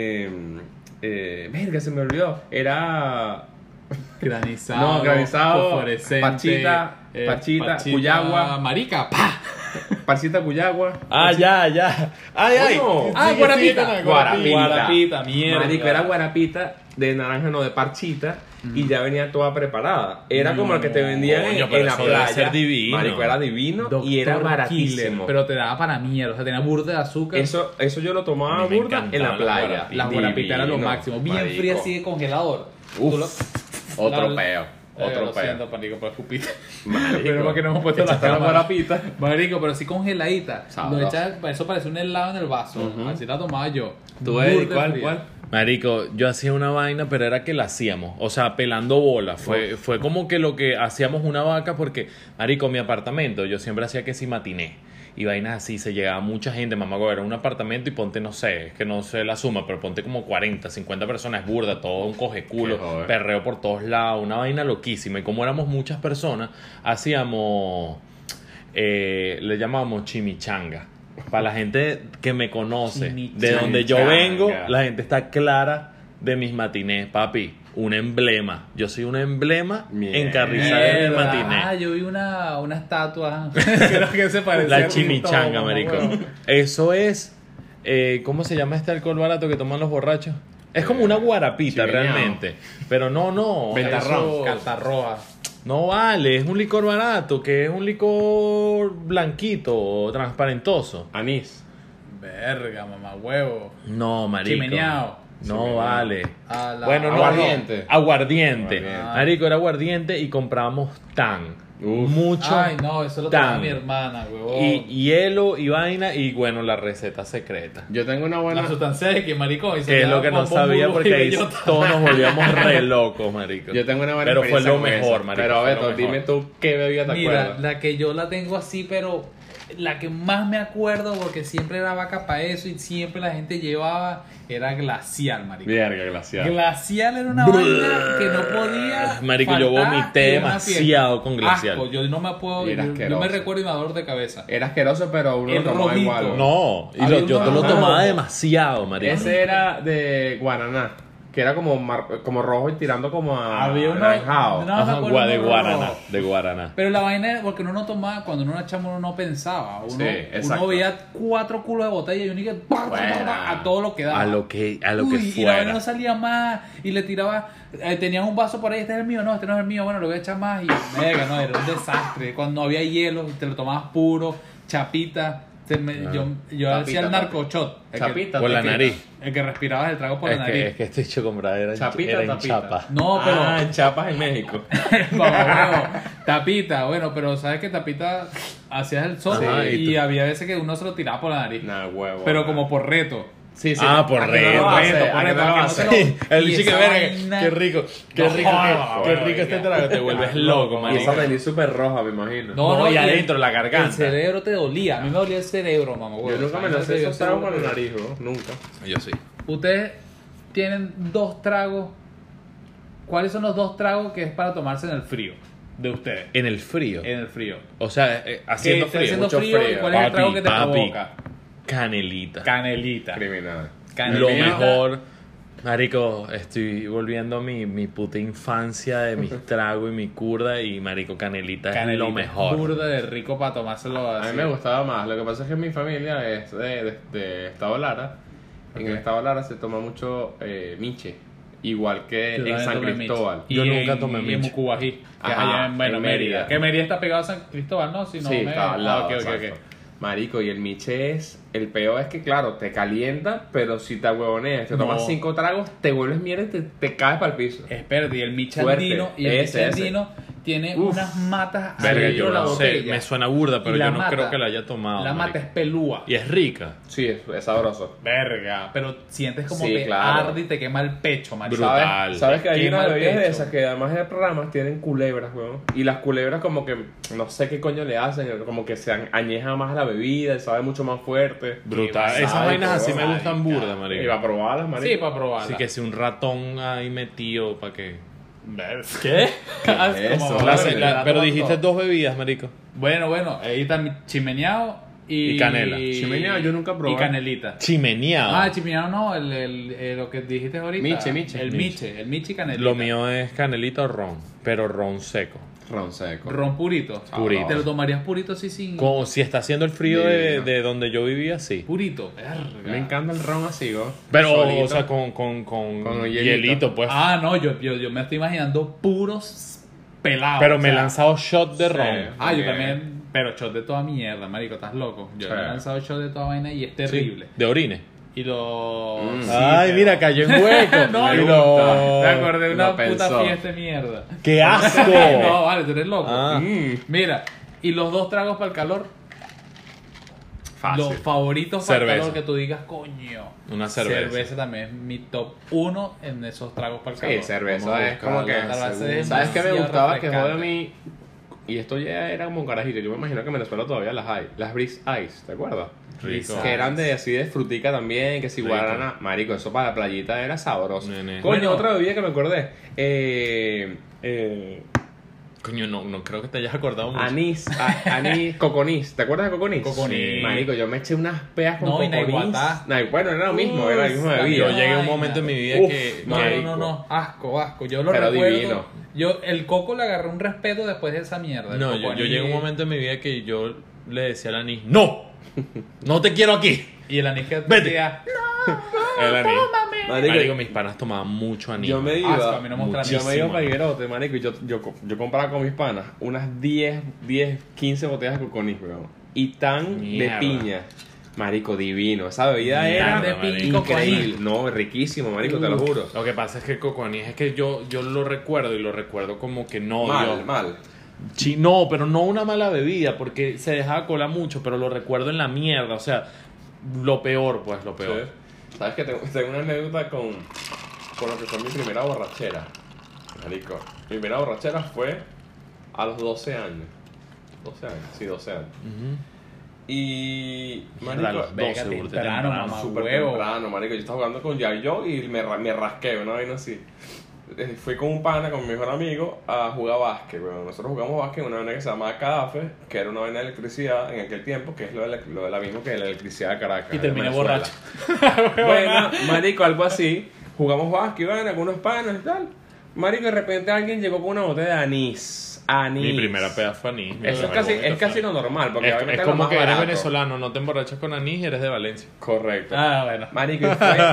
Verga, se me olvidó. Era. Granizado. No, granizado, fosforescente, parchita, Cuyagua. Marica, ¡pa! Parcita Cuyagua. Ah, ya. Ay. Coño. Ah, Sigue, guarapita. sigue, Guarapita, mierda. Marico, era guarapita de naranja, no de parchita, y ya venía toda preparada. Era como el que te vendían Coño, pero en la eso debe playa. ser divino. Marico, era divino y era Dr. baratísimo. Killer, pero te daba para mierda, o sea, tenía burda de azúcar. Eso yo lo tomaba A mí me burda en la encantaban playa. Las guarapitas eran lo Divino, máximo. Bien marico. fría así de congelador. Uf, Tú lo- otro la- peo. Otro Lo peo. siento, marico, por escupir. Marico. Pero porque no hemos puesto la Echaste la cámara. guarapita. Marico, pero así congeladita. Sabroso. Lo echas, eso parecía un helado en el vaso. Así la tomaba yo. ¿Tú, Eddie, Burda cuál? fría. Marico, yo hacía una vaina, pero era que la hacíamos. O sea, pelando bola. Fue como que lo que hacíamos una vaca porque, marico, mi apartamento, yo siempre hacía que sí matiné. Y vainas así, se llegaba mucha gente, mamá, era un apartamento y ponte, no sé, es que no sé la suma, pero ponte como 40, 50 personas, es burda, todo un coge Qué culo, joder. perreo por todos lados, una vaina loquísima. Y como éramos muchas personas, hacíamos, le llamábamos chimichanga. Para la gente que me conoce, de donde yo vengo, la gente está clara de mis matinés, papi. Un emblema. Yo soy un emblema Mierda. en Carrizales del Mierda. matiné. Ah, yo vi una estatua. Creo que se parecía La a chimichanga, Rito, marico. huevo. Eso es. ¿Cómo se llama este alcohol barato que toman los borrachos? Es como una guarapita Chimeneado. realmente. Pero no. Ventarrón. eso- Catarroa. No vale, es un licor barato, que es un licor blanquito, transparentoso. Anís. Verga, mamá huevo. No, marico. Chimeneado. No Chimeneado. vale. A la- Bueno, no, Aguardiente. no. Aguardiente. Aguardiente. Marico, era aguardiente y compramos tan. Uf. Mucho. Ay, no, eso lo tomaba tan. mi hermana, huevón. Y hielo y vaina y bueno, la receta secreta. Yo tengo una buena. La sustancia de que maricón. y se Que es quedaba lo que no con sabía bombo porque y ahí bellota. todos nos volvíamos re locos, marico. Yo tengo una buena Pero fue experiencia lo con mejor, eso. marico. Pero fue lo Beto, mejor. dime tú qué bebida te Mira, acuerdas. la que yo la tengo así, pero la que más me acuerdo, porque siempre era vaca para eso y siempre la gente llevaba, era Glacial, marico. Verga, glacial. Glacial era una vaina que no podía. Marico, yo faltar vomité en una fiesta. demasiado con Glacial. Asco, yo no me puedo. Y era Yo me asqueroso. recuerdo y me da dolor de cabeza. Era asqueroso, pero uno El lo tomaba rojito. igual. No, y Había yo uno te lo tomaba rojo. demasiado, marico. Ese era de Guaraná, que era como rojo y tirando como a Había uno- naranjado. no, Ajá, me acuerdo de uno Guaraná, rojo. de Guaraná. Pero la vaina era porque uno no tomaba, cuando uno era chamo uno no pensaba. Uno, Sí, exacto. uno veía 4 culos de botella y uno iba a todo lo que daba. A lo que Uy, y la vaina fuera. no salía más y le tiraba, tenían un vaso por ahí, este es el mío, no, este no es el mío, bueno, lo voy a echar más y verga, no, era un desastre. Cuando no había hielo, te lo tomabas puro, chapita, yo hacía el Chapita, narcoshot. el que- Chapita. Por la tapita. nariz. El que respirabas el trago por Es la que, nariz. es que este hecho comprar era, Chapita, era en tapita. chapa. No, pero... Ah, en Chiapas, en México. Vamos, tapita, bueno, pero sabes que tapita hacías el sol Ajá, y, y tú- había veces que uno se lo tiraba por la nariz. Nah, huevo. Pero como por reto. Sí, sí. Ah, por ¿A qué no reto, lo hace? por ¿A qué reto, no lo que no hace? te lo- Sí, el Y bicho que esa verga, vaina- qué rico, qué No, rico, qué verga. rico este trago, te vuelves loco, Y marico. esa nariz súper roja, me imagino. No, y el- adentro, la garganta. El cerebro te dolía. A mí me dolía el cerebro, mamá. Yo nunca me lancé esos tragos con la nariz, bro. Nunca. Yo sí. Ustedes tienen 2 tragos. ¿Cuáles son los 2 tragos que es para tomarse en el frío? De ustedes. En el frío. En el frío. O sea, haciendo Que esté frío. haciendo mucho frío, ¿y frío. cuál es el trago Papi, que te papi. provoca? Canelita. Canelita. Criminal. Lo Canelita. mejor. Marico, estoy volviendo a mi puta infancia de mis tragos y mi curda y marico, canelita, es Canelita. lo mejor. Burda de rico para tomárselo A así. mí me gustaba más. Lo que pasa es que mi familia es de Estado Lara. En el Ok. Estado Lara se toma mucho miche. Igual que Yo en también San tomé Cristóbal. miche. Yo Y nunca en- tomé Y en miche. Mucubají, que es Ajá, allá en, bueno, en Mérida. Mérida. Que Mérida está pegado a San Cristóbal, ¿no? Si no Sí, me... está al lado. ok, ok, exacto. ok. Marico, y el miche es. El peor es que, claro, te calienta, pero si te huevoneas, te No. tomas 5 tragos, te vuelves mierda y te caes para el piso. Espérate, y el miche Fuerte. andino, y el Ese, miche andino tiene Uf. unas matas Verga, adentro yo de la no sé, botella. me suena burda, pero Y la yo no mata- creo que la haya tomado. La mata es marico. pelúa. Y es rica. Sí, es sabroso. Verga, pero sientes como Sí, te claro. arde y te quema el pecho, marico. Brutal. ¿Sabes que hay Quema unas el bebidas de pecho. esas que además de ramas tienen culebras, weón? Y las culebras como que no sé qué coño le hacen, como que se añeja más la bebida, sabe mucho más fuerte. Brutal. Qué Esas sádico, vainas así me weón. gustan burda, Y marico. va a probarlas, marico. Sí, para probarla. Así que si un ratón ahí metido para que. ¿Qué? Ah, es como- eso? Pero dijiste 2 bebidas, marico. Bueno, ahí está mi chimeneado y canela. Chimeneado yo nunca probé. Y canelita. Chimeneado. Ah, chimeneado no, lo que dijiste ahorita. Miche. El miche y canelita. Lo mío es canelita o ron, pero ron seco. Ron seco. Ron purito. Purito. ¿Te lo tomarías purito así sin...? Como si está haciendo el frío Divino. de donde yo vivía, sí. Purito. Me encanta el ron así, ¿no? Pero, Solito. o sea, con hielito. hielito, pues. Ah, no, yo me estoy imaginando puros pelados. Pero o me he sea. lanzado shot de Sí. ron. Ah, yo Ok. también. Pero shot de toda mierda, marico, estás loco. Yo Sí. me he lanzado shot de toda vaina y es terrible. De orine. Y lo... sí, Ay, pero- mira, cayó en hueco. No, Y me lo- gusta. Me acordé de una Lo puta pensó. fiesta de mierda. ¡Qué asco! No, vale, tú eres loco. Ah. Mira, y los 2 tragos para el calor. Fácil. Los favoritos para el Cerveza. calor que tú digas, coño. Una cerveza. Cerveza también es mi top 1 en esos tragos para el calor. Sí, cerveza Vamos a es como que... buscarla, La cerveza es ¿Sabes qué me demasiado gustaba que jode a refrescante. mí? Y esto ya era como un carajito. Yo me imagino que en Venezuela todavía las hay. Las Breeze Ice, ¿te acuerdas? Rico. Que eran de así de frutica también, que si Rico. guarana. Marico, eso para la playita era sabroso. Nene. Coño, Bueno. otra bebida que me acordé. Coño, no creo que te hayas acordado mucho. Anís, anís, coconís. ¿Te acuerdas de coconís? Coconís. Sí. Marico, yo me eché unas peas con No, y coconís. naiguatá. Bueno, era lo mismo, era la misma Uf, bebida. Yo llegué a un Ay, momento en mi vida Uf, que... No, que- no. Asco. Yo lo Pero recuerdo. divino. Yo, el coco le agarré un respeto después de esa mierda. el No, coco yo llegué a un anís. momento en mi vida que yo le decía al anís, ¡no! ¡No te quiero aquí! Y el anís que Vete. decía, El anís. Marico, Marico, mis panas tomaban mucho anís. yo me asco, iba, a mí no me gusta la yo me iba muchísimo. para Higuerote, marico, y yo compraba con mis panas unas 10, 15 botellas de coconís, weón. Y tan Mierda. de piña. Marico, divino. Esa bebida Mierda, era de piña y increíble. coconís. No, riquísimo, marico, te lo juro. Lo que pasa es que el coco anís es que yo lo recuerdo y lo recuerdo como que no. Mal. Sí, no, pero no una mala bebida porque se dejaba cola mucho, pero lo recuerdo en la mierda. O sea, lo peor, pues, lo peor. Sí. ¿Sabes que tengo una anécdota con lo que fue mi primera borrachera? Marico, mi primera borrachera fue a los 12 años. 12 años, sí, 12 años. Ujú. Y, Mierda, marico, a los 12, venga, burda temprano, temprano. mamá. súper huevo. temprano, marico. Yo estaba jugando con Yayo y me rasqué, una vaina así. Fui con un pana, con mi mejor amigo, a jugar básquet, weón. Nosotros jugamos básquet en una vaina que se llamaba Cadafe, que era una vaina de electricidad en aquel tiempo, que es lo de la misma que la electricidad de Caracas. Y de terminé Venezuela. borracho. Bueno, marico, algo así. Jugamos básquet, vaina, con unos panas y tal. Marico, de repente alguien llegó con una botella de anís. Anís. Mi primera peda fue anís. mi Eso primer vómito es fue casi anís. lo normal, porque Es obviamente lo como más que eres barato. venezolano, no te emborrachas con anís y eres de Valencia. Correcto. Ah, bueno. Marico, y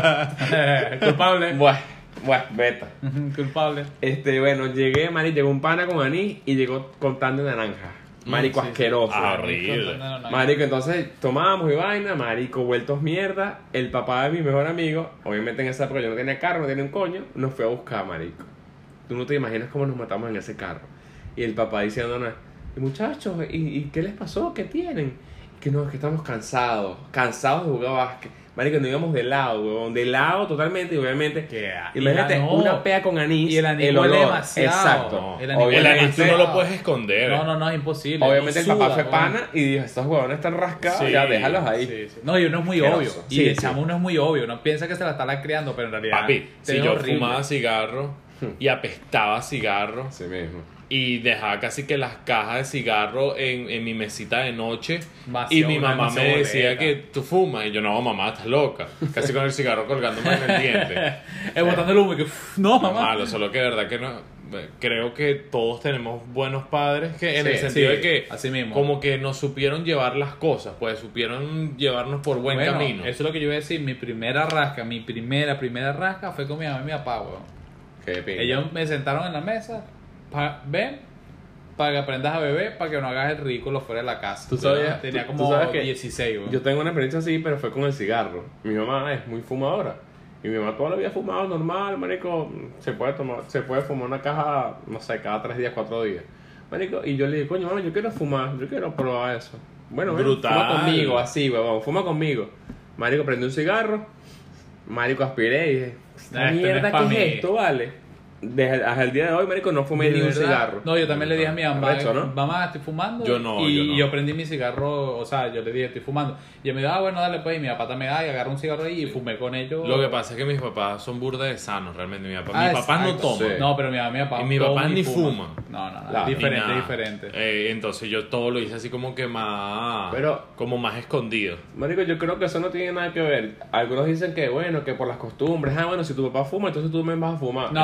fue... Culpable. Bueno, beta. Culpable. Bueno, llegó un pana con anís y llegó con tan de naranja. Marico, Sí, sí. asqueroso. Horrible. No. Marico, entonces tomábamos y vaina, marico, vueltos mierda. El papá de mi mejor amigo, obviamente en esa época yo no tenía carro, no tenía un coño, nos fue a buscar, marico. Tú no te imaginas cómo nos matamos en ese carro. Y el papá diciéndonos, muchachos, ¿y qué les pasó? ¿Qué tienen? Que no, es que estamos cansados de jugar básquet. Marico, nos íbamos de lado, weón, de lado totalmente y obviamente... Imagínate, no. una pea con anís, Y el anís huele olor. demasiado. Exacto. No. El Obviamente- anís tú no lo puedes esconder. No, es imposible. Obviamente el papá Suda, fue weón. pana y dijo, estos huevones están rascados, Sí, ya déjalos ahí. Sí. No, y uno es muy Asqueroso. obvio. Y Sí, el sí. chamo uno es muy obvio. Uno piensa que se la está criando, pero en realidad. Papi, te si ve yo horrible. fumaba cigarro y apestaba cigarro Así mismo. y dejaba casi que las cajas de cigarro en mi mesita de noche Vacío, y mi una mamá me boleta. decía que tú fumas y yo no, mamá, estás loca, casi con el cigarro colgándome en el diente. Botando el humo y que. No, mamá. Malo, solo que de verdad que no, creo que todos tenemos buenos padres que en Sí, el sentido sí, de que así mismo. como que nos supieron llevar las cosas, pues supieron llevarnos por buen Bueno, camino. Eso es lo que yo iba a decir. Mi primera rasca, mi primera rasca fue con mi mamá y mi papá, weón. Qué pinga. Ellos me sentaron en la mesa. Ven, para que aprendas a beber, para que no hagas el ridículo fuera de la casa. Tú sabías- Tenía tú como sabes que 16, weón. Yo tengo una experiencia así, pero fue con el cigarro. Mi mamá es muy fumadora. Y mi mamá toda la vida ha fumado normal, marico. Se puede fumar una caja, no sé, cada 3 días, 4 días. Marico, y yo le dije, coño, mamá, yo quiero fumar, yo quiero probar eso. Bueno, ven, Brutal. fuma conmigo, así, huevón, fuma conmigo. Marico, prendí un cigarro. Marico, aspiré y dije, esta Esto no mierda, es pa' ¿qué mí. es esto, vale? Hasta el día de hoy, marico, no fumé ¿De ni un verdad? cigarro. No, yo también le dije a mi mamá, Arrecho, ¿no? mamá, estoy fumando. Yo no, y yo no. yo prendí mi cigarro, o sea, yo le dije, estoy fumando. Y ella me dijo, bueno, dale pues. Y mi papá también, y agarré un cigarro ahí y fumé con ellos. Lo que pasa es que mis papás son burda de sanos realmente. Mis papás no exacto. toman. Sí. No, pero mi mamá y mi papá. Y mi papá toman ni fuman. fuman. No, Claro, Ni diferente, nada. diferente. Entonces yo todo lo hice así como que más... Pero- como más escondido. Marico, yo creo que eso no tiene nada que ver. Algunos dicen que, bueno, que por las costumbres, bueno, si tu papá fuma, entonces tú también vas a fumar. No, Eso es mentira.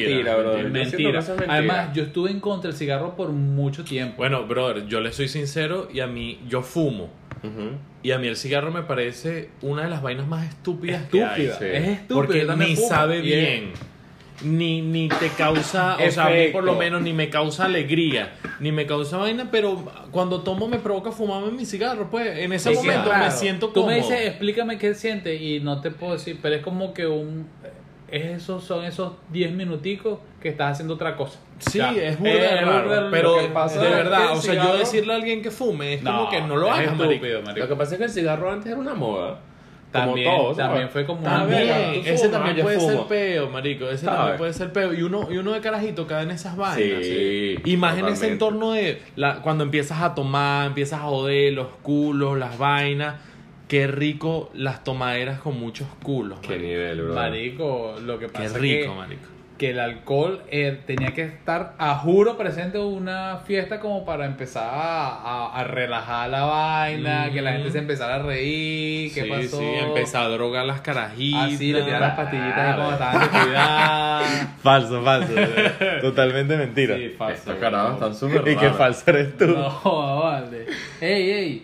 mentira, bro. Yo siento que Mentira. eso es mentira. Además, yo estuve en contra del cigarro por mucho tiempo. Bueno, brother, yo le soy sincero y a mí, yo fumo. Ujú. Y a mí el cigarro me parece una de las vainas más estúpidas que hay. Estúpida. sí. Es estúpido. Porque yo también ni fumo. sabe Y bien. Ni te causa, o sea, a mí por lo Efecto. menos ni me causa alegría, ni me causa vaina, pero cuando tomo me provoca fumarme mi cigarro, pues en ese Sí, momento claro. me siento Tú cómodo. me dices, explícame qué sientes y no te puedo decir, pero es como que son esos 10 minuticos que estás haciendo otra cosa. Sí, Ya. es burda de raro, burda lo pero que pasa de es que verdad, el o sea, cigarro- yo decirle a alguien que fume es como que no lo es hagas, marico. estúpido, marico. Lo que pasa es que el cigarro antes era una moda. También, como todo, ¿sabes? también fue como una También, verga, moda. tú ese fumas, también yo puede fumo. ser peo, marico. Ese ¿Sabes? también puede ser peo. Y uno de carajito cae en esas vainas. Sí, Y más en ese totalmente. entorno de cuando empiezas a tomar, empiezas a joder los culos, las vainas. Qué rico las tomaderas con muchos culos. Qué marico. nivel, bro. Marico, lo que pasa Qué es rico, que, marico. que el alcohol tenía que estar, a juro, presente en una fiesta como para empezar a relajar la vaina, que la gente se empezara a reír, qué Sí, pasó. sí, empezar a drogar las carajitas. Así, le tiran las pastillitas ahí cuando estaban de cuidado. Falso, falso. Totalmente mentira. Sí, falso. Estos carajos están súper Y qué raros. falso eres tú. No, vale. Ey,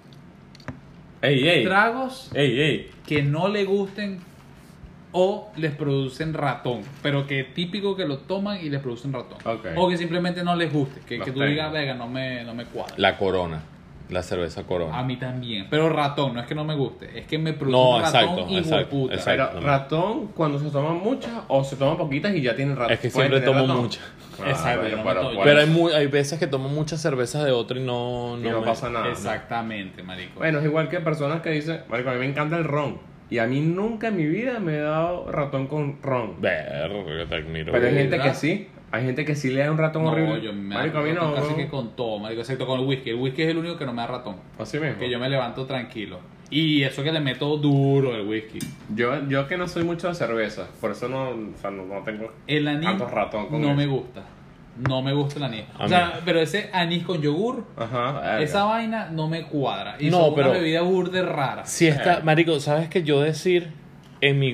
Ey. tragos Ey. que no le gusten o les producen ratón, pero que típico que lo toman y les producen ratón. Ok. O que simplemente no les guste, que Los tú tengo. digas, venga, no me cuadra. La Corona. La cerveza Corona. A mí también, pero ratón, no es que no me guste, es que me produce No, un ratón exacto, hijo de exacto, puta. exacto. Pero ratón, cuando se toman muchas o se toman poquitas y ya tienen ratón. Es que ¿pueden siempre tener tomo ratón? mucha. Exacto, bueno, yo no me tomo- bueno. Pero hay veces que tomo muchas cervezas de otro y no no pasa nada. Exactamente, marico. Bueno, es igual que personas que dicen, marico, a mí me encanta el ron. Y a mí nunca en mi vida me he dado ratón con ron. Verga, te admiro. Pero hay gente ¿verdad? que sí. Hay gente que sí le da un ratón No, horrible. yo me Marico, a mí ratón no. casi que con todo, marico, excepto con el whisky. El whisky es el único que no me da ratón. Así mismo. Que yo me levanto tranquilo. Y eso que le meto duro el whisky. Yo que no soy mucho de cerveza, por eso no tengo El anís tanto ratón con no eso. me gusta. No me gusta el anís. A O mí. sea, pero ese anís con yogur, Ajá, verga. esa vaina no me cuadra. Y No, son pero- una bebida burde rara. Si está, marico, ¿sabes que yo decir en mi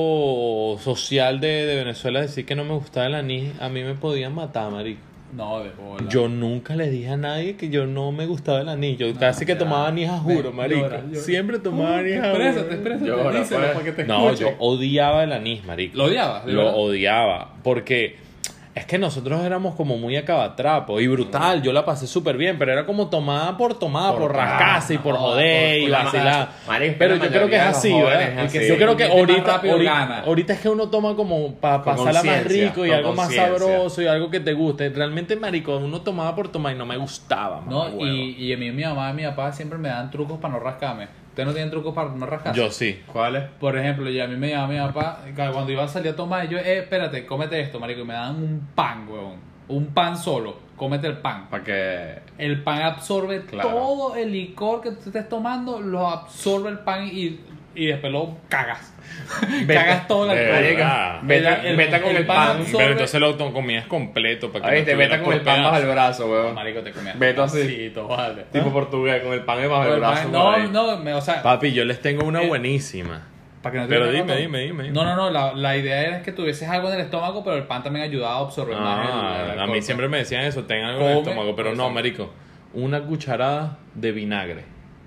grupo social de Venezuela decir que no me gustaba el anís, a mí me podían matar, marico? No, de bola. Yo nunca le dije a nadie que yo no me gustaba el anís. Yo casi que ya. tomaba anís a juro, Ven, marico. llora. Siempre tomaba anís a Exprésate, juro. Llora, díselo pues. para que te No, escuchen. yo odiaba el anís, marico. ¿Lo odiabas? ¿De Lo verdad? odiaba. Porque es que nosotros éramos como muy acabatrapo y brutal. Yo la pasé súper bien, pero era como tomada por rascarse y por no, joder y por la vacilar. Marico, Pero la yo creo que es mayoría de los así, jóvenes ¿verdad? es así. Yo creo que El que más ahorita, rápido gana. ahorita es que uno toma como para Con pasarla más conciencia, rico y con algo más conciencia. sabroso y algo que te guste. Realmente, marico, uno tomaba por tomar y no me gustaba. No, mamá huevo. y a mí, mi mamá y mi papá siempre me dan trucos para no rascarme. ¿Ustedes no tienen trucos para no rascarse? Yo sí. ¿Cuál es? Por ejemplo, ya a mí me llamaba mi papá, cuando iba a salir a tomar, yo, espérate, cómete esto, marico, y me dan un pan, weón. Un pan solo, cómete el pan. Para que. El pan absorbe Claro. todo el licor que tú estés tomando, lo absorbe el pan y después lo cagas. Cagas todo el de alcohol. verdad. Vete con el pan. absorbe- Pero entonces lo comías completo para que Ahí no te estuviera vete con el por pan bajo pedazos. el brazo, weón. Marico, te comías. Beto así. Pedacito, vale. Tipo portugués, con el pan bajo el brazo. por ahí. O sea, Papi, yo les tengo una buenísima. para que no te Pero quede dime, ratón. dime. No, la idea era que tuvieses algo en el estómago, pero el pan también ayudaba a absorber más el A alcohol. mí siempre me decían eso, ten algo en el Come, estómago, pero no, exacto. marico. Una cucharada de vinagre.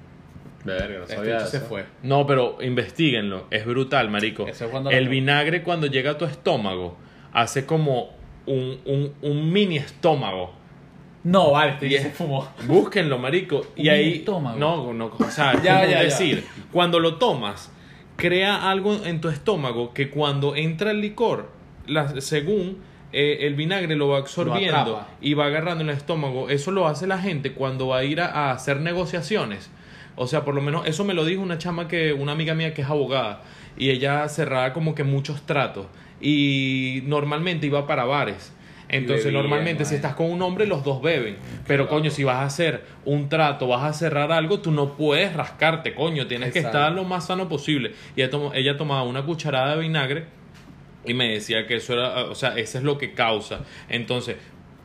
Verga, no Este sabía bicho se eso. fue. No, pero investiguenlo, es brutal, marico. Eso es cuando El la- vinagre cuando llega a tu estómago hace como un mini estómago. No, vale, este Y bicho es- se fumó. Búsquenlo, marico. Y Un ahí. mini estómago. No, o sea, Ya, como ya. decir, cuando lo tomas, crea algo en tu estómago que cuando entra el licor, según el vinagre lo va absorbiendo atrapa. y va agarrando en el estómago. Eso lo hace la gente cuando va a ir a hacer negociaciones. O sea, por lo menos eso me lo dijo una amiga mía que es abogada. Y ella cerraba como que muchos tratos. Y normalmente iba para bares. Entonces, bebían, normalmente, si man. estás con un hombre, los dos beben. Pero, coño, si vas a hacer un trato, vas a cerrar algo, tú no puedes rascarte, coño. Tienes que Exacto. estar lo más sano posible. Y ella tomaba una cucharada de vinagre y me decía que eso era, o sea, eso es lo que causa. Entonces,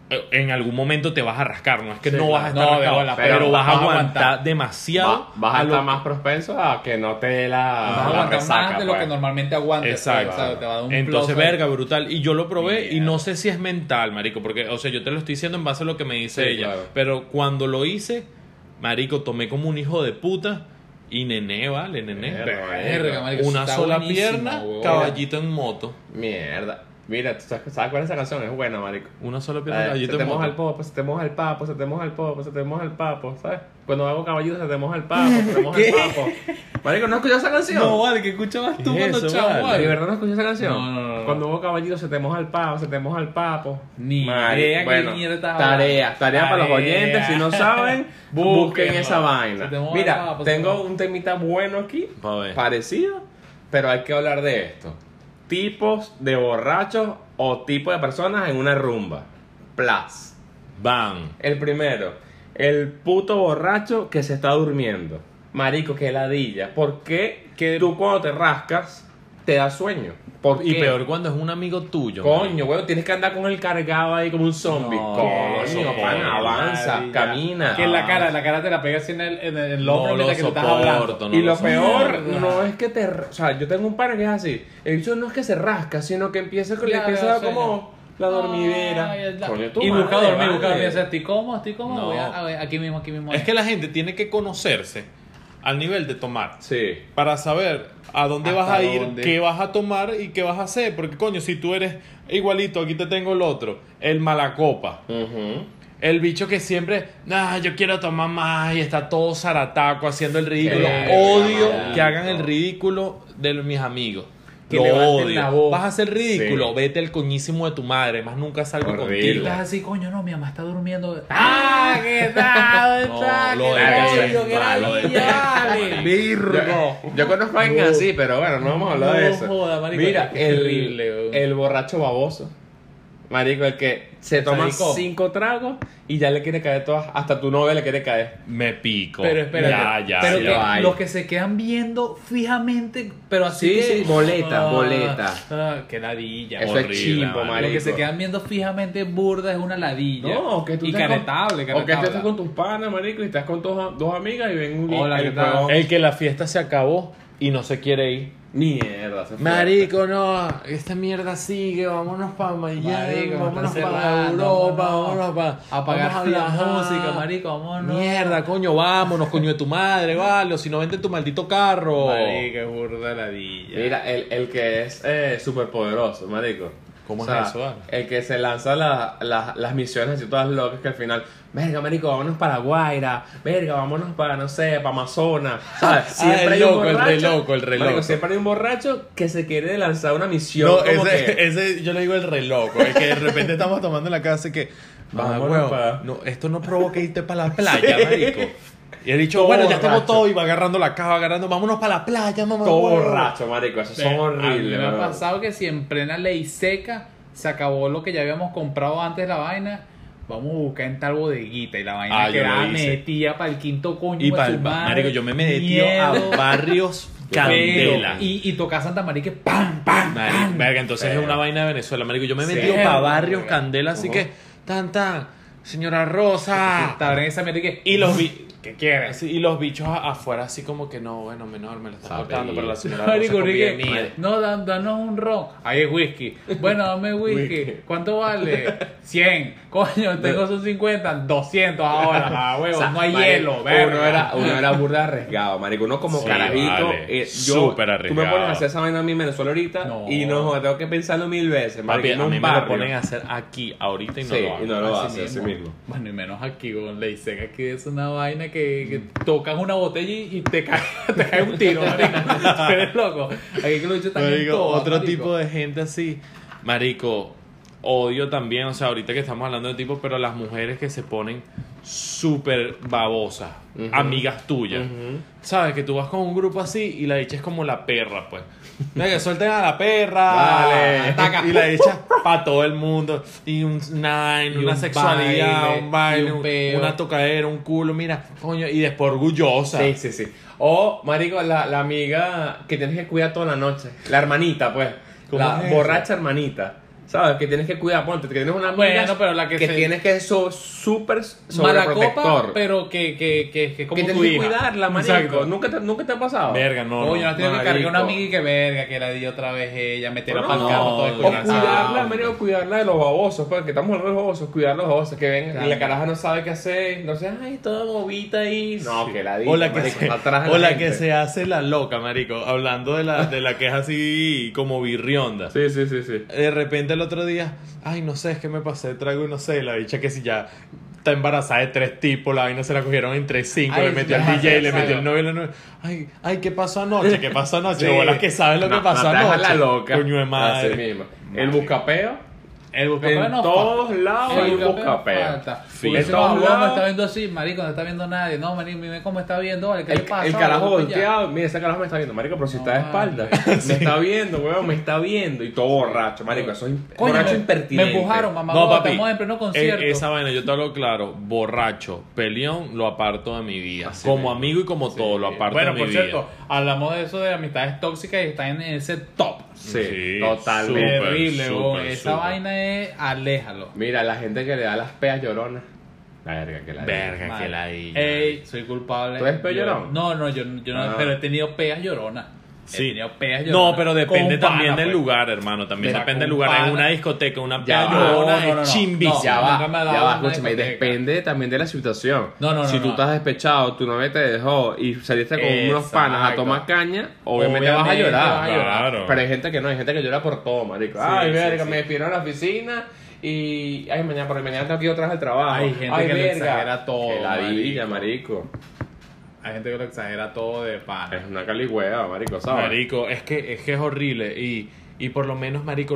en algún momento te vas a rascar, no es que Sí, no vas a claro. estar No, de rascado, bola, pero vas a aguantar aguantar. demasiado. Vas a a lo estar que- más propenso a que no te dé Vas a la aguantar resaca, más de lo pues. que normalmente aguantas. Exacto. O sea, te va a dar un Entonces, plus ahí. verga, brutal. Y yo lo probé y Mierda. no sé si es mental, marico, porque, o sea, yo te lo estoy diciendo en base a lo que me dice Sí, ella. claro. Pero cuando lo hice, marico, tomé como un hijo de puta y nené, ¿vale? Nené. Verga, marico, eso Una está sola buenísimo, pierna, huevón. caballito en moto. Mierda. Mira, ¿tú sabes cuál es esa canción? Es buena, marico. Una sola pierna, Se caballito te en moja el moto. popo, se te moja el papo, se te moja el popo, se te moja el papo, ¿sabes? Cuando hago caballito se te moja el papo, se te moja el papo. Marico, ¿no escuchas esa canción? No, vale, ¿qué escuchabas tú ¿Qué es cuando eso, chavo, vale? vale? ¿De verdad no escuchas esa canción? No. Cuando hubo caballito se te moja el papo, se te moja el papo. Ni Marico, idea qué bueno, mierda estás tarea hablando. para los Tarea. oyentes. Si no saben, busquen esa Se vaina. te moja el Mira, papo, se te tengo moja. un temita bueno aquí, Pa' ver. parecido, pero hay que hablar de esto. Tipos de borrachos o tipo de personas en una rumba. Plus. Van. El primero, el puto borracho que se está durmiendo. Marico, qué ladilla. ¿Por qué tú cuando te rascas te da sueño? ¿Por Y qué? peor cuando es un amigo tuyo. Coño, güey, tienes que andar con el cargado ahí como un zombie. No, Coño, soporto. pana, avanza, Ladilla. camina. Que la cara te la pegas así en el No hombro lo mientras que te estás soporto, hablando. no Y lo lo peor Mierda. no es que te... O sea, yo tengo un pana que es así. El bicho no es que se rasca, sino que empieza con Claro, le empieza sí. como la dormidera. Ay, es la- Coño, tu y madre, busca dormir, vale. busca dormir. O sea, estoy cómodo. No. Voy a ver, aquí mismo. Es que la gente tiene que conocerse al nivel de tomar. Sí. Para saber a dónde ¿Hasta vas a ir, dónde? qué vas a tomar y qué vas a hacer. Porque, coño, si tú eres igualito, aquí te tengo el otro, el malacopa. Ujú. El bicho que siempre, yo quiero tomar más y está todo zarataco haciendo el ridículo. Qué Odio verga, que hagan marico. el ridículo de mis amigos. Que Lo levanten la odio. voz. Vas a hacer ridículo, Sí. vete el coñísimo de tu madre, más nunca salgo Horrible. Y contigo. estás así, coño, no, mi mamá está durmiendo. ¡Ah, qué tal! No, ¿Qué lo tal? detesto, Qué lo detesto, vale. marico. Virgo. Yo conozco a alguien No. así, pero bueno, no vamos a hablar de No eso. joda, marico, Mira, es terrible, weón. el borracho baboso. Marico, el que se toma Sádico. 5 tragos y ya le quiere caer todas, hasta tu novia le quiere caer. Me pico. Pero espérate, Ya, pero sí que lo hay. los que se quedan viendo fijamente, pero así Sí, que... sí, boleta. Qué ladilla. Eso Horrible, es chimbo, marico. Los marico. que se quedan viendo fijamente burda es una ladilla. No, que tú y estés caretable, O que tú estés con tus panas, marico, y estás con dos amigas y ven un Hola, ¿qué tal? huevón. El que la fiesta se acabó y no se quiere ir. Mierda, se fue. Marico, no, esta mierda sigue, vámonos para Miami, Marico, vámonos están para cerrando, Europa, vámonos. vámonos para Apagar vamos a la viajar. música, marico, vámonos. Mierda, coño, vámonos, coño de tu madre, vale, o si no vente tu maldito carro. Marico, es burda ladilla. Mira, el que es súper poderoso, marico. ¿Cómo O sea, es eso, vale? El que se lanza las misiones así todas locas que al final, verga, marico, vámonos para Guaira, verga, vámonos para, no sé, para Amazonas, ¿sabes? el hay un loco, el re borracho- loco, el re marico, loco. siempre hay un borracho que se quiere lanzar una misión No, como que... ese yo le digo el reloj, es que de repente estamos tomando en la casa y que, Vámonos huevo, pa- no, esto no provoca irte para la playa, marico. Y he dicho, Todo bueno, ya estamos borracho. todos y va agarrando la caja, agarrando, vámonos para la playa, mamá. Todo huevo. borracho, marico, esos son A mí horribles, me ha weón. pasado que si en plena ley seca se acabó lo que ya habíamos comprado antes de la vaina, vamos a buscar en tal bodeguita y la vaina Ah, yo quedaba lo hice. metida para el quinto coño Y de para su el madre. marico, yo me metí a Miedo. barrios Pero, candela. y toca Santa María que ¡pam, pam, Marico, pam! verga, entonces Pero- es una vaina de Venezuela, marico. Yo me he Sí. metido para barrios Verga. candela, así Ujú. que señora Rosa. Estaba en esa mierda y que... Y los vi ¿Qué quieres? y los bichos afuera así como que no, bueno, menor, me lo está Sabe, cortando, pero la señora Rosa Marico, comida Enrique, mía. no, danos un ron. Ahí es whisky. Bueno, dame whisky. ¿Cuánto vale? 100. Coño, tengo sus 50. 200 ahora. Ah, huevo, O sea, no hay marico, hielo. verga. uno era burda arriesgado, marico. Uno como Sí, carajito. vale. Yo, Súper tú me arriesgado. pones a hacer esa vaina a mí en Venezuela ahorita No. y no, tengo que pensarlo 1000 veces, marico. Papi, en a un mí me lo barrio. ponen a hacer aquí, ahorita y no Sí, lo hago. y no lo Así hace así mismo. Bueno, y menos aquí con ley seca, aquí es una vaina que tocas una botella y te cae un tiro, marico. Tú eres loco. Aquí que lo dicho también Marico, todo, otro marico. tipo de gente así. Marico, odio también, o sea, ahorita que estamos hablando de tipos, pero las mujeres que se ponen súper babosas, Ujú. amigas tuyas. Ujú. ¿Sabes? Que tú vas con un grupo así y la dicha es como la perra, pues. Venga, suelten a la perra. Vale. Ataca. Y la dicha para todo el mundo. Y un nine, Y una un sexualidad, baile, un baile, y un peo. una tocadera, un culo, mira, coño, y después orgullosa. Sí, sí, sí. O, marico, la amiga que tienes que cuidar toda la noche. La hermanita, pues. ¿Cómo La es eso? borracha hermanita. ¿sabes? Que tienes que cuidar, ponte, que tienes una amiga Bueno, pero la que se- tienes que ser súper Mala copa, sobreprotector. pero que como Que tu tienes que hija. cuidarla, marico. Exacto. ¿Nunca te ha pasado? Verga, no. Oye, no tengo que cargar marico. una amiga y que verga, que la di otra vez ella, meterla No, para el carro todo o descuidado. cuidarla, marico, cuidarla de los babosos, porque estamos hablando de los babosos, cuidar los babosos, que ven Claro. y la caraja no sabe qué hacer, no sé, ay, toda bobita ahí. No, Sí. que la O la que, marico, se, está atrás de o la gente. que se hace la loca, marico. Hablando de la que es así como birrionda. Sí. De repente el otro día, ay, no sé, es que me pasé de trago y no sé, la bicha que si ya está embarazada de 3 tipos, la vaina se la cogieron entre 5, Ay, le metió al sí, DJ, le exacto. metió el novio y la novia. Ay, ¿qué pasó anoche? ¿Qué pasó anoche? Sí. Bolas que sabes lo que pasó Mataste a anoche. la loca. Coño de Así madre. mismo. El buscapeo. El buscapeo En no todos falta. lados El hay un buscapeo buscapeo. falta. Sí. Porque En ese todos babón me lados. está viendo así, marico, no está viendo nadie. No, marico, mire cómo está viendo, vale, ¿qué le pasa? El carajo Vale, ya. volteado, mira, ese carajo me está viendo, marico, pero si No, está de espalda. vale. Me está viendo, weón, me está viendo. Y todo borracho, marico, eso es Coño, borracho me impertinente. empujaron, mamá. No, huevo, papi. Estamos en pleno concierto. Esa vaina, yo te hablo claro, borracho, peleón, lo aparto de mi vida. Así como mismo. amigo y como todo, lo aparto Bueno, de mi por vida. cierto, hablamos de eso de amistades tóxicas y están en ese top. Sí, Sí, totalmente. súper, Terrible, weón. súper, Esa súper. vaina es aléjalo. Mira, la gente que le da las peas lloronas. Verga, que la Verga, Mal. que la Ey, soy culpable. ¿Tú eres peo Yo- llorón? No, yo no, Ah. pero he tenido peas lloronas. Sí. He tenido peas lloronas. No, pero depende Con también pana, del pues. lugar, hermano. También Mira, depende del con lugar. En pana. una discoteca, una Ya pea va. llorona No, no, es no. chimbísima. Ya Nunca va, me ha dado ya va, una escúchame, y discoteca. depende también de la situación. No, si tú no. estás despechado, tu novia te dejó y saliste con unos panas a Exacto. tomar caña, obviamente vas a Obviamente llorar. vas a llorar. Claro. Pero hay gente que no, hay gente que llora por todo, marico. Sí, Ay, sí, verga, sí. me despidieron a la oficina y ay, mañana tengo que ir otra vez al trabajo. Hay gente Ay, que lo verga. exagera todo, Que ladilla, marico. Hay gente que lo exagera todo de pana. Es una caligüeva, marico, ¿sabes? Marico, es que es horrible. Y por lo menos, marico,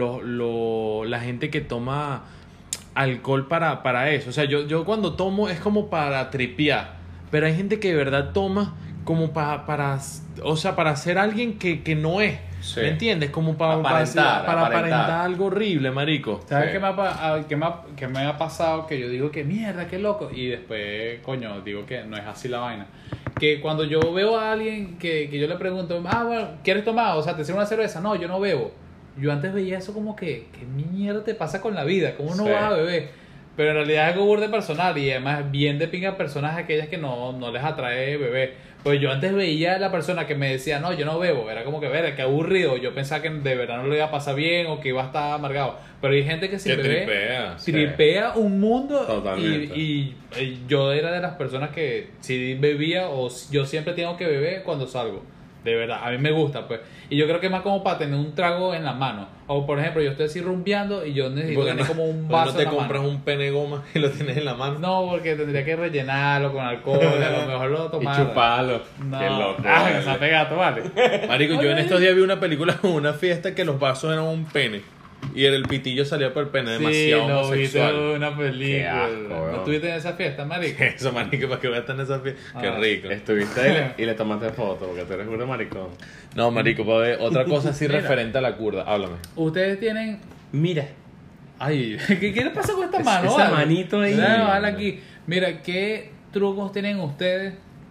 la gente que toma alcohol para eso. O sea, yo cuando tomo es como para tripear. Pero hay gente que de verdad toma como o sea, para ser alguien que no es. Sí. ¿Me entiendes? Como para Aparentar, aparentar algo horrible, marico. ¿Sabes Sí. qué me ha pasado? Que yo digo que mierda, qué loco. Y después, coño, digo que no es así la vaina. Que cuando yo veo a alguien que yo le pregunto, bueno, ¿quieres tomar? O sea, ¿te sirve una cerveza? No, yo no bebo. Yo antes veía eso como que, ¿qué mierda te pasa con la vida? ¿Cómo no Sí. vas a beber? Pero en realidad es algo burde personal y además bien de pinga personas aquellas que no les atrae beber. Pues yo antes veía a la persona que me decía, no, yo no bebo. Era como que, verga, qué aburrido. Yo pensaba que de verdad no le iba a pasar bien o que iba a estar amargado. Pero hay gente que sin Que beber tripea. tripea un mundo. Totalmente. Y yo era de las personas que si bebía o yo siempre tengo que beber cuando salgo. De verdad, a mí me gusta, pues. Y yo creo que es más como para tener un trago en la mano. O por ejemplo, yo estoy así rumbeando y yo necesito Porque tener como un porque vaso no te en la compras mano. un pene goma y lo tienes en la mano. No, porque tendría que rellenarlo con alcohol, a lo mejor lo Y tomara. chupalo. No. Qué loco. Ah, vale. esa pegato, vale. Marico, yo en estos días vi una película con una fiesta que los vasos eran un pene. Y el pitillo salía por el pene, Sí, demasiado lo viste en homosexual. una película. Qué asco, ¿No weón. estuviste en esa fiesta, marico? Eso, marico, para que veas en esa fiesta. Qué Ah. rico. Estuviste ahí y le tomaste foto porque tú eres un maricón. No, marico, para ver, otra cosa así Mira. referente a la curda. Háblame. Ustedes tienen... Mira. Ay, ¿qué le pasa con esta mano? esa vale? manito ahí. Déjame bajarla aquí. Mira, ¿qué trucos tienen ustedes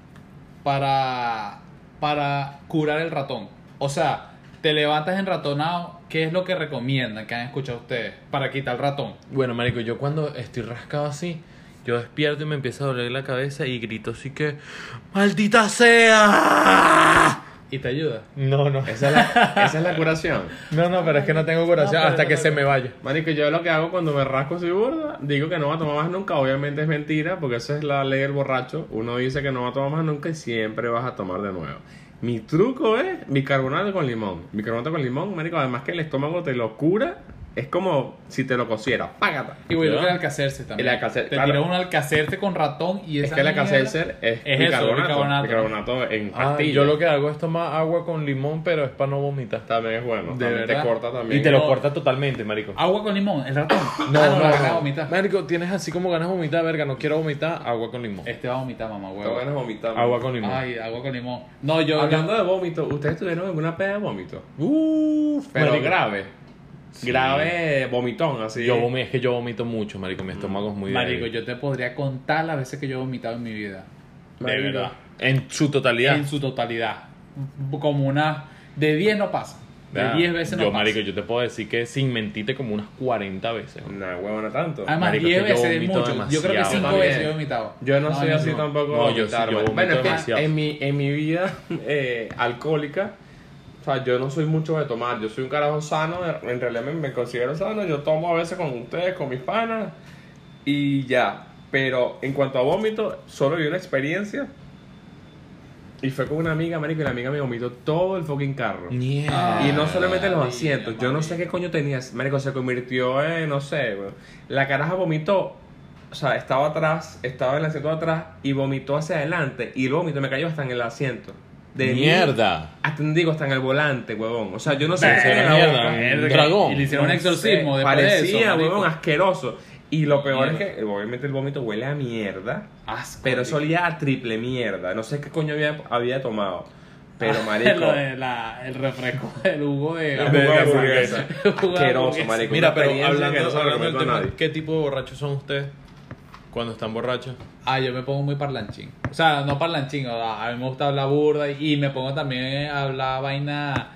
para curar el ratón? O sea, te levantas enratonado, ¿qué es lo que recomiendan, que han escuchado ustedes para quitar el ratón? Bueno, marico, yo cuando estoy rascado así, yo despierto y me empieza a doler la cabeza y grito así que ¡maldita sea! ¿Y te ayuda? No, no. Esa es la curación. No, pero es que no tengo curación No, pero hasta no, que no, se no. me vaya. Marico, yo lo que hago cuando me rasco así burda, digo que no va a tomar más nunca. Obviamente es mentira, porque esa es la ley del borracho. Uno dice que no va a tomar más nunca y siempre vas a tomar de nuevo. Mi truco es bicarbonato con limón. Bicarbonato con limón, marico, además que el estómago te lo cura. Es como si te lo cociera. ¡Págata! Y bueno, ¿Ya? que el Alcacerse también. El Alcacerse, Te claro. tiras un Alcacerse con ratón y esa Es que el mierda Alka-Seltzer es eso, bicarbonato. bicarbonato. Bicarbonato en pastillas. Yo lo que hago es tomar agua con limón, pero es para no vomitar. También es bueno. ¿De También te verdad? corta también. Y te lo No. corta totalmente, marico. Agua con limón, el ratón. No, Ah, no, la gana de no. vomitar. Marico, tienes así como ganas de vomitar, verga, no quiero vomitar, agua con limón. Este va a vomitar, mamá, Te huevo. van a vomitar. Agua con limón. Ay, agua con limón. No, yo... Hablando de vómito, ¿ustedes tuvieron alguna peda de vómito? Uf, Pero marico. grave. Sí. Grave vomitón, así. Es que yo vomito mucho, marico, mi estómago es muy Marico, débil. yo te podría contar las veces que yo he vomitado en mi vida. Marico. verdad. En su totalidad. En su totalidad. Como una... De 10 no pasa. De 10 veces no Yo, pasa. marico, yo te puedo decir que sin mentirte como unas 40 veces. Nah, huevona, tanto. Además, Marico, 10 que yo veces es vomito mucho. Yo creo que demasiado. 5 También. veces yo he vomitado. Yo no soy así no. tampoco. No, yo sí, vomitar, yo man. vomito Bueno, es que demasiado. en mi vida alcohólica, o sea, yo no soy mucho de tomar. Yo soy un carajo sano. En realidad me considero sano. Yo tomo a veces con ustedes, con mis panas. Y ya. Pero en cuanto a vómito, solo vi una experiencia. Y fue con una amiga, marico, y la amiga me vomitó todo el fucking carro. Mierda. Y no solamente los asientos, yo no marico. sé qué coño tenía, marico, se convirtió en, no sé, weón. La caraja vomitó, o sea, estaba atrás, estaba en el asiento de atrás y vomitó hacia adelante y el vómito me cayó hasta en el asiento. De mí, Mierda. hasta, digo, hasta en el volante, huevón. O sea, yo no sé Verga, qué tenía en la mierda, boca. un dragón. Y le hicieron un No exorcismo sé, después de parecía, eso, marico. huevón, asqueroso. Y lo peor es Mierda. que, obviamente, el vómito huele a mierda. Asco, Pero marico. eso olía a triple mierda. No sé qué coño había tomado. Pero, marico. Lo de el refresco, el jugo de... El jugo de hamburguesa. El jugo de Asqueroso, hamburguesa. marico. Mira, Una pero experiencia que no se lo hablando del recomiendo a tema, nadie. ¿qué tipo de borrachos son ustedes cuando están borrachos? Ah, yo me pongo muy parlanchín. O sea, no parlanchín, a mí me gusta hablar burda y me pongo también a hablar vaina...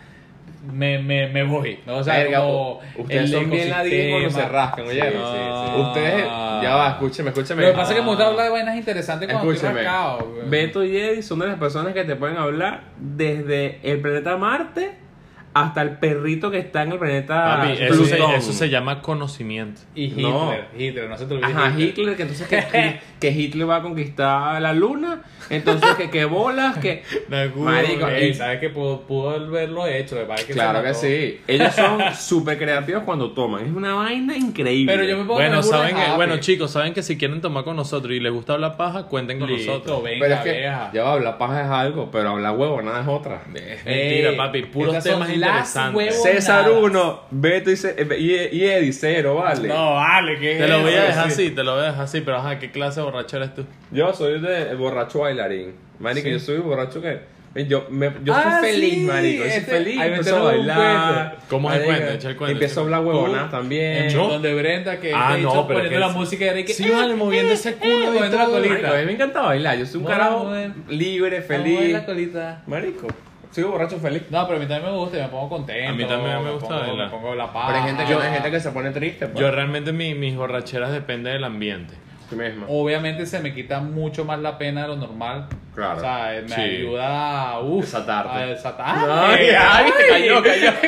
Me voy, ¿no? O sea, Verga, como ustedes el son bien ladillos cuando se ecosistema. rascan, oye. Sí, sí. Ustedes, ya va, escúcheme. Lo que pasa es que me gusta hablar de vainas interesantes cuando estoy Escúcheme. rascado. güey. Beto y Eddie son de las personas que te pueden hablar desde el planeta Marte hasta el perrito que está en el planeta Papi, Plutón. eso se llama conocimiento. Y Hitler, No. Hitler, no se te olvide. Ajá, Hitler, que entonces que Hitler va a conquistar la luna, entonces que bolas, que... Marico, Ey, sabes que pudo haberlo hecho, lo que pasa es que Claro se que mató. sí. Ellos son súper creativos cuando toman. Es una vaina increíble. Pero yo me pongo Bueno, burda saben que, happy. bueno, chicos, saben que si quieren tomar con nosotros y les gusta hablar paja, cuenten con Listo, nosotros. venga, Pero es que, vieja. ya va, hablar paja es algo, pero hablar huevo nada es otra. Es mentira, papi, puros estas son temas las interesantes. huevos. César nada. 1, Beto y Eddie 0, vale. No, vale, que Te lo voy a dejar sí. así, te lo voy a dejar así, pero ajá, ¿qué clase de borracho eres tú? Yo soy de borracho bailarín. Marico, Sí. yo soy borracho que... Yo Ah, soy feliz, sí, marico. Yo soy ese- feliz. ahí me Empiezo a tengo un bailar. cuento. ¿Cómo es el marico, cuento? Echa el cuento, Empiezo a echa el hablar cuento. huevonadas también. ¿Yo? Donde Brenda, que Ah, de no, hecho, pero poniendo que la es- música era que... Sí, vale, moviendo ese culo y moviendo la todo. colita. Marico, a mí me encanta bailar. Yo soy un Bueno, carajo bueno. libre, Vamos a ver feliz. la colita. Marico, soy borracho feliz. No, pero a mí también me gusta, y me pongo contento. A mí también me gusta pongo, bailar. me pongo la paz. Pero hay gente que se pone triste, pues. Yo realmente mis borracheras dependen del ambiente. Sí mismo. Obviamente se me quita mucho más la pena de lo normal. Claro. O sea, me Sí. ayuda a Desatarte. a desatarte. Ay, te cayó.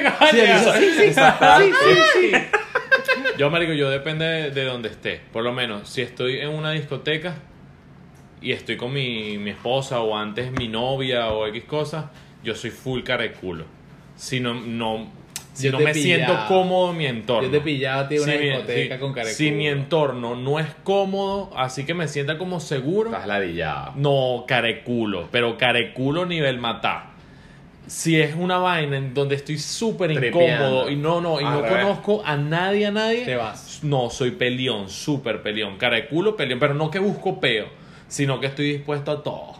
Sí. Yo, marico, yo depende de donde esté. Por lo menos, si estoy en una discoteca y estoy con mi esposa o antes mi novia o X cosas, yo soy full cara de culo. Si si Yo no te me he siento pillado. cómodo en mi entorno. Yo te he pillado a ti en una Si mi- discoteca si- con cara de Si culo. mi entorno no es cómodo, así que me sienta como seguro, Estás ladillado. no careculo, pero careculo nivel matar. Si es una vaina en donde estoy súper Tripeando. incómodo y no Al revés. conozco a nadie, Te vas. no, soy peleón, súper peleón, careculo, peleón, pero no que busco peo, sino que estoy dispuesto a todo.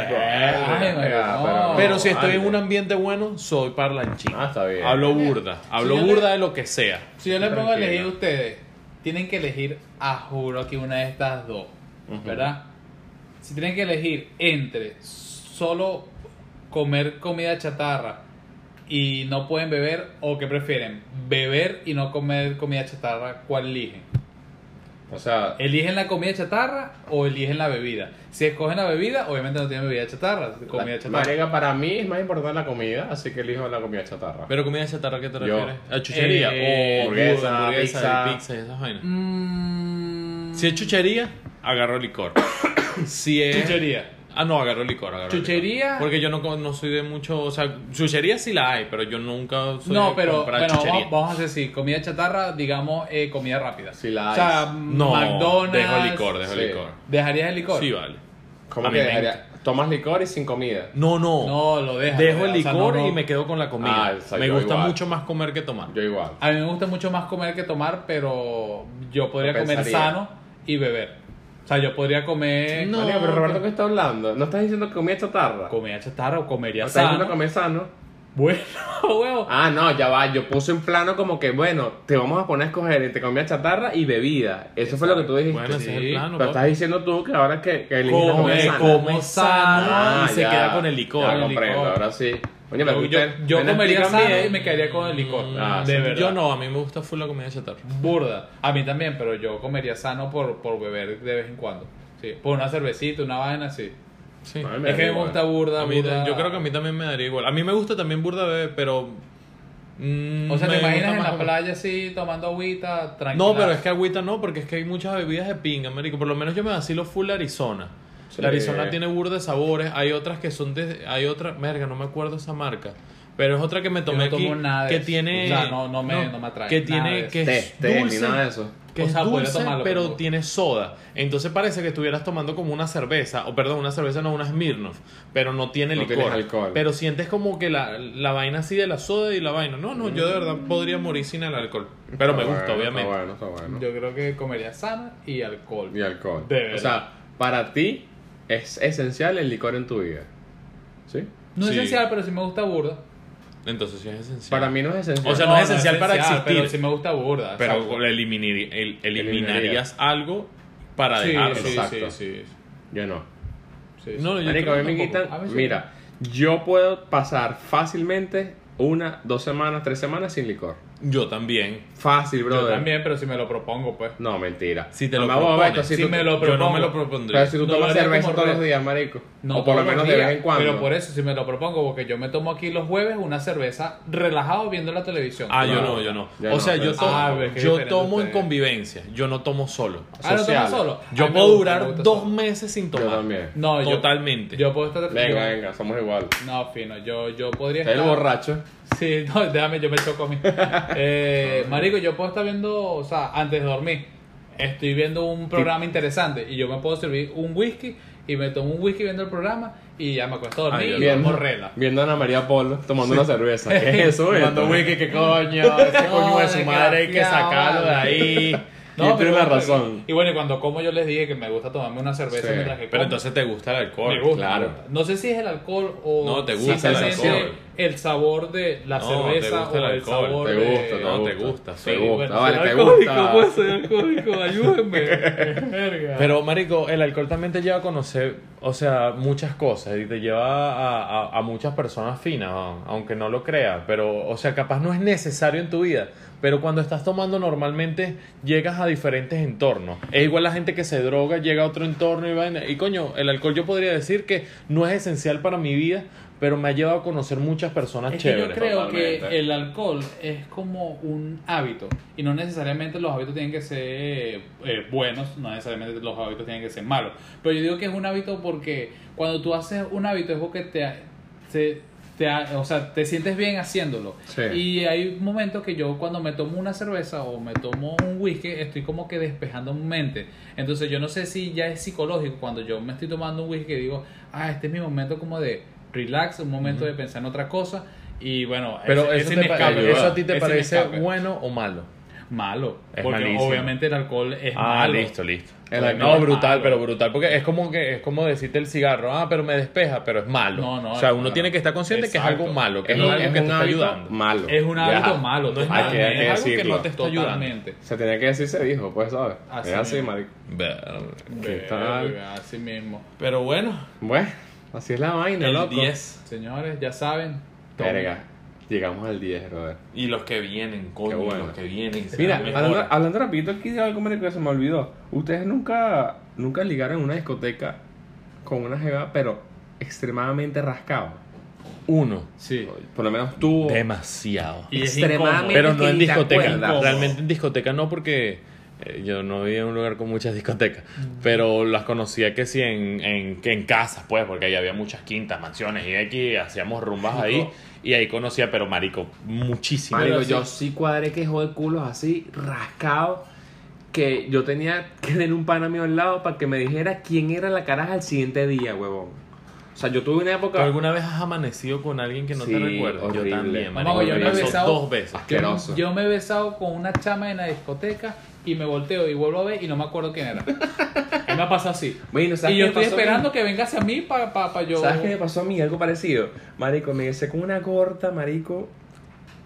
no. Pero si estoy en vale. un ambiente bueno, soy parlanchín. Ah, está bien. Hablo burda, hablo Si yo le- burda de lo que sea. Si yo les pongo a Tranquilo. elegir a ustedes, tienen que elegir a juro que una de estas dos, ¿verdad? Si tienen que elegir entre solo comer comida chatarra y no pueden beber, o qué prefieren, beber y no comer comida chatarra, ¿cuál eligen? O sea, ¿Eligen la comida chatarra o eligen la bebida? Si escogen la bebida, obviamente no tienen bebida chatarra, comida chatarra. marica, para mí es más importante la comida, así que elijo la comida chatarra. Pero comida chatarra, ¿qué te Yo. refieres? ¿A chuchería? O hamburguesa, pizza. pizza y esas vainas. Mm, Si es chuchería, agarro licor. Si es... chuchería. Ah, no, agarro licor. ¿Chuchería? licor. Porque yo no soy de mucho... O sea, chuchería sí la hay, pero yo nunca soy No, de pero comprar bueno, chuchería. vamos a hacer sí, comida chatarra, digamos comida rápida. Sí la O sea, hay. No, McDonald's. dejo licor, dejo Sí. licor. ¿Dejarías el licor? Sí, vale. ¿Cómo A que mí me dejaría? Tomas licor y sin comida. No. No, lo dejas. Dejo el o sea, licor no, no. y me quedo con la comida. Ah, o sea, me yo gusta igual. mucho más comer que tomar. Yo igual. A mí me gusta mucho más comer que tomar, pero yo podría Lo comer pensaría. sano y beber. O sea, yo podría comer No. Marica, pero Roberto, ¿qué está hablando? ¿No estás diciendo comida chatarra? comida chatarra o comería ¿No estás diciendo sano. comer sano? Bueno, huevo. Ah, no, ya va. Yo puse un plano como que, bueno, te vamos a poner a escoger entre comida chatarra y bebida. Eso fue lo que tú dijiste. Bueno, ese es el Sí, plano. Pero estás diciendo tú que ahora que eliges la comida sana. Como sano Ah, y se ya. queda con el licor. Ya el comprendo, licor. ahora sí. Oye, pero Yo ven a comería explicar sano bien. y me quedaría con el licor. Ah, de sí. verdad. Yo no, a mí me gusta full la comida chatarra. Burda. A mí también, pero yo comería sano por beber de vez en cuando. Sí. Por una cervecita, una vaina así. Sí. A mí Es que me igual. gusta burda, A mí, burda. yo creo que a mí también me daría igual. A mí me gusta también burda bebé, pero... O sea, me ¿te imaginas gusta en más la como- playa así, tomando agüita, tranquila? No, pero es que agüita no, porque es que hay muchas bebidas de pinga, marico. Por lo menos yo me vacilo full Arizona. Sí. La Arizona tiene burda de sabores. Hay otras que son de... Hay otra... Verga, no me acuerdo esa marca. Pero es otra que me tomé no tomo aquí. nada de que eso. tiene... O sea, no me atrae Que nada tiene... de Que Té, es té, ni dulce. nada de eso. Que O es sea, podría dulce, tomarlo, pero pero- tiene soda. Entonces parece que estuvieras tomando como una cerveza, o perdón, una cerveza no, una Smirnoff, pero no tiene No licor. tienes alcohol. Pero sientes como que la vaina así de la soda y la vaina. No, yo de verdad podría morir sin el alcohol. Pero me Está gusta, bueno, obviamente. Está bueno. Yo creo que comería sana y alcohol. Y alcohol. De verdad. O sea, para ti es esencial el licor en tu vida. ¿Sí? No es Sí. esencial, pero sí me gusta burda. Entonces sí es esencial. Para mí no es esencial. O sea, no es esencial para existir. Pero sí me gusta burda. Pero exacto. eliminarías algo para Sí, dejarlo. sí, Exacto. sí. Yo no. Sí, sí. No, yo Marico, creo a mí me que quitan. A mí sí. Mira, yo puedo pasar fácilmente 1, 2 semanas, 3 semanas sin licor. Yo también. Fácil, Yo brother. también, pero si me lo propongo, pues. No, mentira. Si te No lo me hago propones. esto, si Si tú- me lo Yo no propongo. me lo propondría. Pero si tú No lo tomas haría cerveza como todos red. los días, marico. No o por lo todos menos los de días, vez en cuando. Pero por eso, si me lo propongo, porque yo me tomo aquí los jueves una cerveza relajado viendo la televisión. Ah, yo No, no, yo no. yo O sea, no, yo pero- tomo, Ah, ves, qué yo diferente tomo en ustedes. convivencia. Yo no tomo solo. Ah, ¿no social. tomas solo? Yo A mí puedo me durar gusta 2 solo. meses sin tomar. Yo también. No, Totalmente. Yo puedo estar. Venga, yo- venga, somos igual. No, fino. Yo podría El estar. borracho. Sí, no, déjame, yo me choco a mí. Marico, yo puedo estar viendo, o sea, antes de dormir, estoy viendo un programa interesante y yo me puedo servir un whisky y me tomo un whisky viendo el programa y ya me acuesto a dormir Ah, y yo duermo rela. Viendo a Ana María Polo tomando una cerveza. ¿Qué es eso, Tomando esto? whisky, que coño, ese coño de su madre hay que desgraciado, sacarlo de vale. ahí. Y tiene una bueno, razón. Y bueno, y cuando como yo les dije que me gusta tomarme una cerveza Sí. mientras que como. Pero entonces te gusta el alcohol. me gusta, claro. me gusta. No sé si es el alcohol o No, te gusta el simplemente alcohol. el sabor de la No, cerveza te gusta el o el alcohol. sabor Te de... gusta, No, te gusta. Te sí. gusta, Bueno, vale, soy te alcohólico, gusta. pues, soy alcohólico, ayúdenme. Verga. Pero, marico, el alcohol también te lleva a conocer, o sea, muchas cosas y te lleva a muchas personas finas, aunque no lo creas. Pero, o sea, capaz no es necesario en tu vida. Pero cuando estás tomando normalmente llegas a diferentes entornos. Es igual la gente que se droga, llega a otro entorno y vaina. Y coño, el alcohol yo podría decir que no es esencial para mi vida, pero me ha llevado a conocer muchas personas Es que yo chéveres. creo Totalmente. que el alcohol es como un hábito y no necesariamente los hábitos tienen que ser buenos, no necesariamente los hábitos tienen que ser malos. Pero yo digo que es un hábito porque cuando tú haces un hábito es porque o sea, te sientes bien haciéndolo. Sí. Y hay momentos que yo cuando me tomo una cerveza o me tomo un whisky estoy como que despejando mi mente. Entonces yo no sé si ya es psicológico cuando yo me estoy tomando un whisky y digo, este es mi momento como de relax, un momento de pensar en otra cosa. Y bueno, Pero ese eso, me escape. ¿eso a ti te Ese me parece escape. bueno o malo? Malo. Es Porque malísimo. obviamente el alcohol es malo. Listo. El alcohol No, es brutal, malo. pero brutal, porque es como decirte el cigarro, pero me despeja, pero es malo. No, o sea, es uno malo. tiene que estar consciente que es Exacto. algo malo, que Es, no es un- algo es que te un está hábito ayudando. malo. Es un Ya. hábito malo. No es Hay nada, que- hay que es algo que decirlo. no te está ayudando. Totalmente. Se tenía que decir, se dijo, pues, ¿sabes? Así es así, mismo. marico. Verga. ¿Qué tal? Verga, así mismo. Pero bueno, Bueno, así es la vaina, el loco. 10 Señores, ya saben. tomen. Verga, llegamos al 10, brother. y los que vienen, coño, Qué bueno. los que vienen. se Mira, van hablando, mejor. hablando rapidito aquí de algo marico, que se me olvidó. Ustedes nunca ligaron en una discoteca con una jeva, pero extremadamente rascado. Uno. Sí. Por lo menos tú. Demasiado. Y es Extremadamente. Pero no en que ni te discoteca. acuerdas. Realmente en discoteca no, porque yo no vivía en un lugar con muchas discotecas. Pero las conocía que sí en casas, pues, porque ahí había muchas quintas, mansiones y aquí hacíamos rumbas ahí. Y ahí conocía, pero marico, muchísimo. Marico, Pero yo sí cuadré que de culos así, rascado, que yo tenía que tener un pana mío al lado para que me dijera quién era la caraja al siguiente día, huevón. O sea, yo tuve una ¿Tú época... alguna vez has amanecido con alguien que no Sí, te recuerda? horrible. Yo también, Vamos, marico. yo Me me he pasó besado- 2 veces. Asqueroso. Yo me he besado con una chama en la discoteca y me volteo y vuelvo a ver y no me acuerdo quién era. A mí me ha pasado así. Bueno, ¿sabes Y yo qué me estoy pasó a mí? esperando que venga hacia mí para yo... ¿Sabes qué me pasó a mí? Algo parecido. Marico, me besé con una gorda, marico,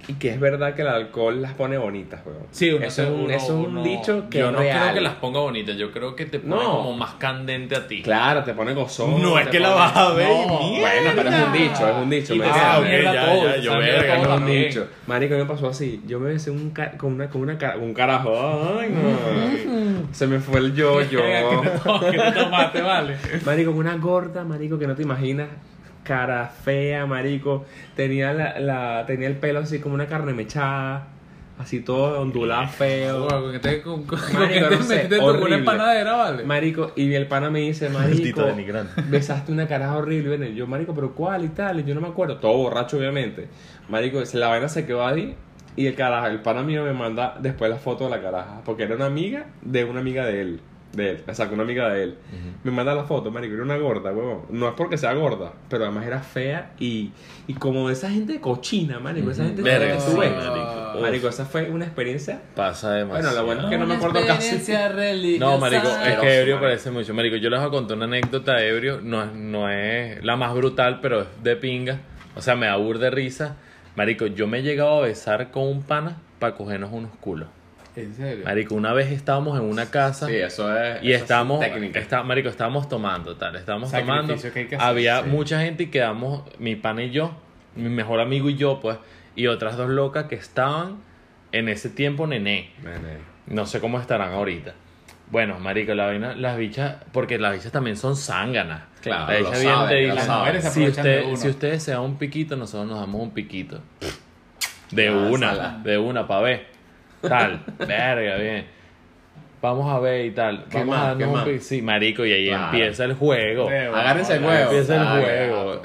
y que es verdad que el alcohol las pone bonitas, weón. Sí, uno eso es un dicho que yo es no real. creo que las ponga bonitas, yo creo que te pone No. como más candente a ti. Claro, te pone gozón. No es te que la pone- vas a ver y No, mierda. bueno, pero es un dicho, Y ¿me te entiendes? sabe ok, mierda ya, todo, ya, te yo sabe verga, mierda Es todo un también. dicho. Marico, me pasó así. Yo me besé con un carajo. Ay, no. Se me fue el yo. ¿Qué te tomaste, vale? Marico, con una gorda, marico, que no te imaginas. Cara fea, marico. Tenía tenía el pelo así como una carne mechada. Así todo ondulado, feo. Con que te Marico, no sé, metiste tú con una horrible. empanadera, vale. Marico, y el pana me dice, Maldito marico, denigrante. besaste una caraja horrible. Bueno, y yo, marico, pero ¿cuál y tal? Y yo no me acuerdo. Todo borracho, obviamente. Marico, la vaina se quedó ahí. Y el pana mío me manda después la foto de la caraja. Porque era una amiga de él. O sea, una amiga de él. Me manda la foto, marico, era una gorda, huevón. No es porque sea gorda, pero además era fea y como esa gente cochina, marico. Esa gente Verga, que sí, tú ves. marico. Marico, esa fue una experiencia. Pasa demasiado. Bueno, lo bueno es que no me Una acuerdo casi. experiencia religiosa. No, marico, es que Asqueroso, ebrio marico. parece mucho. Marico, yo les voy a contar una anécdota de ebrio. No es la más brutal, pero es de pinga. O sea, me da burda de risa. Marico, yo me he llegado a besar con un pana para cogernos unos culos. ¿En serio? Marico, una vez estábamos en una casa Sí, eso es. y eso es estábamos, técnica. marico, estábamos tomando, tal. Estábamos tomando. Sacrificio que hay que hacer, Había sí. mucha gente y quedamos, mi pana y yo, mi mejor amigo y yo, pues, y otras dos locas que estaban en ese tiempo nené. No sé cómo estarán ahorita. Bueno, marico, la vaina, las bichas, porque las bichas también son zánganas. Claro, La lo bicha viene saben, y te lo dice, saben. mujeres se si, aprovechan de uno. si ustedes se dan un piquito, nosotros nos damos un piquito. De sala. una, pa' ver. Tal, verga, bien. Vamos a ver y tal. ¿Qué Vamos más? a darnos ¿Qué un más? piquito. Sí, marico, y ahí Claro. empieza el juego. Agárrense el huevo. Empieza el Ah, juego.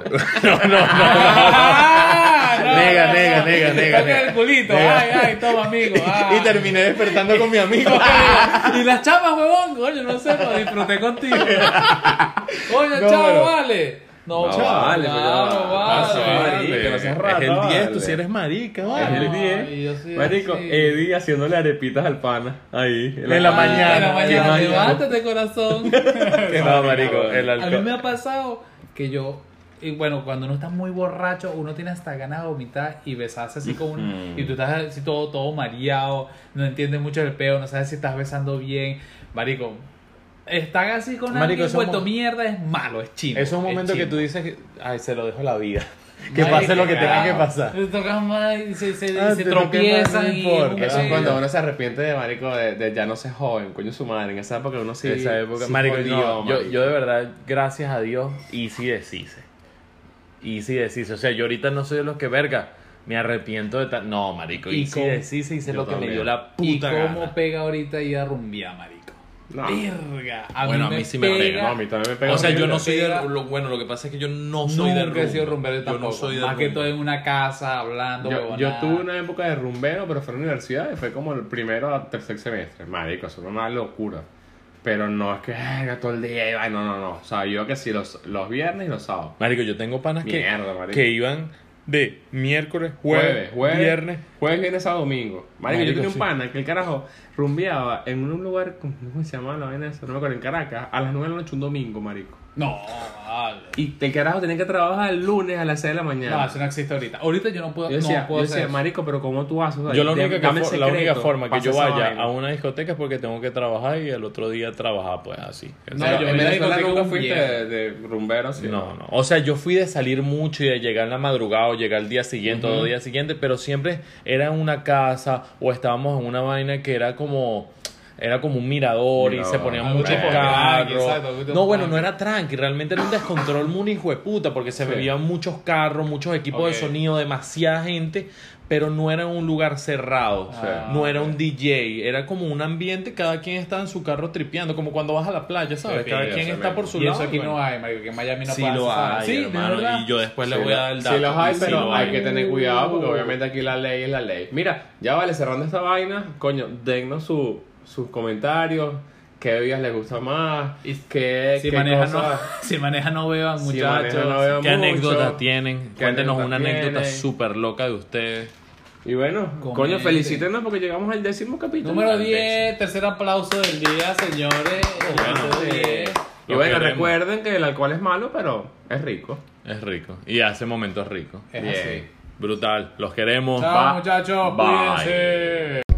Ah, Nega. Toca el culito. Ay, toma, amigo. Y terminé despertando con mi amigo. Y las chamas, huevón, coño, no sé, lo disfruté contigo. Coño, No, chavo, pero- vale. No, No, chavo, vale, claro, pero- vale. marica, no seas rata, Es el 10, tú vale. sí eres marica, Es vale. el Ay, 10. yo soy Marico, así. Eddie haciéndole arepitas al pana. Ahí. En la mañana. En la mañana, Marico. levántate, corazón. No, marico, el A mí me alcohol. ha pasado que yo, y bueno, cuando uno está muy borracho, uno tiene hasta ganas de vomitar y besarse así con uno. Y tú estás así todo mareado, no entiendes mucho el peo, no sabes si estás besando bien. Marico, estar así con Marico, alguien esos vuelto mo- mierda es malo, es chino. Esos momentos que tú dices dices, ay, se lo dejo a la vida. Que pase lo que tenga que pasar. Se tocan más y se Ah, se te toca más, tropiezan no y importa. un Eso es peo. cuando uno se arrepiente de marico de ya no ser joven, coño su madre. En esa época uno sí. Esa época, sí marico, jodió, no, marico. yo de verdad, gracias a Dios, easy deshice. O sea, yo ahorita no soy de los que verga. Me arrepiento de tal. No, marico, Y easy cómo- deshice, hice yo lo que me también. dio la Y puta cómo gana. pega ahorita ir a rumbear, marico. No. Verga. Bueno, a mí sí me pega, No, a mí también me pega. O sea, yo horrible. no soy de. pega. Bueno, lo que pasa es que yo no soy de Nunca he sido rumba. rumbero Yo tampoco. no soy de Más que rumba. todo en una casa hablando. Yo huevonada. tuve una época de rumbero, pero fue en la universidad y fue como el primero a tercer semestre. Marico, eso era una locura. Pero no es que todo el día iba. No. O sea, yo que sí, los viernes y los sábados. Marico, yo tengo panas Mierda, marico. que iban de miércoles, Jueves, viernes. viernes, sábado, domingo. Marico, yo Marico, tenía un sí. pana que el carajo rumbeaba en un lugar, ¿cómo se llamaba la vaina esa? No me acuerdo, en Caracas, a las 9 de la noche un domingo, marico. No, vale. Y el carajo tenía que trabajar el lunes a las 6 de la mañana. No, eso no existe ahorita. Ahorita yo no puedo, yo decía, no puedo hacer eso. marico, pero ¿cómo tú haces? O sea, Yo la única, dame el la única secreto, forma que pasa yo esa vaya vaina. a una discoteca es porque tengo que trabajar y el otro día trabajar, pues así. No, Pero yo en me la Venezuela discoteca nunca un fuiste viernes. de rumbero, ¿sí? No. O sea, yo fui de salir mucho y de llegar en la madrugada o llegar el día siguiente o 2 días siguientes, pero siempre era en una casa o estábamos en una vaina que era como un mirador y Mirador. se ponían Algo muchos tipo tranqui, carros. exacto, algo tipo No, bueno, no tranqui. era tranqui, realmente era un descontrol muy hijo de puta porque se Sí. veían muchos carros, muchos equipos de Ok. sonido, demasiada gente, pero no era un lugar cerrado, Ah, no era ok. un DJ, era como un ambiente, cada quien estaba en su carro tripeando, como cuando vas a la playa, ¿sabes? Sí, Cada sí, quien eso está mismo. por su Y lado. eso aquí bueno. no hay, marico, que en Miami no Sí pasa. lo ¿sabes? hay, Sí, de hermano, verdad. y yo después le Sí, voy a dar el dato. Sí los hay, Sí pero lo hay que tener cuidado porque obviamente aquí la ley es la ley. Mira, ya vale, cerrando esta vaina, coño, dennos sus comentarios, qué bebidas les gusta más, Y qué, Si qué manejan, cosas... no, si manejan, no beban, Si muchachos. manejan, no beban. ¿Qué mucho. anécdotas tienen? ¿Qué Cuéntenos anécdotas una anécdota tienen? súper loca de ustedes. Y bueno, coño, Comenten. felicítenos porque llegamos al 10º capítulo. Número Al 10, tercer aplauso del día, señores. Bueno, Número 10. Y Lo bueno, queremos. recuerden que el alcohol es malo, pero es rico. Es rico. Y hace momentos ricos. Es Bien. así. Brutal. Los queremos. Chao, muchachos. Bye. Cuídense.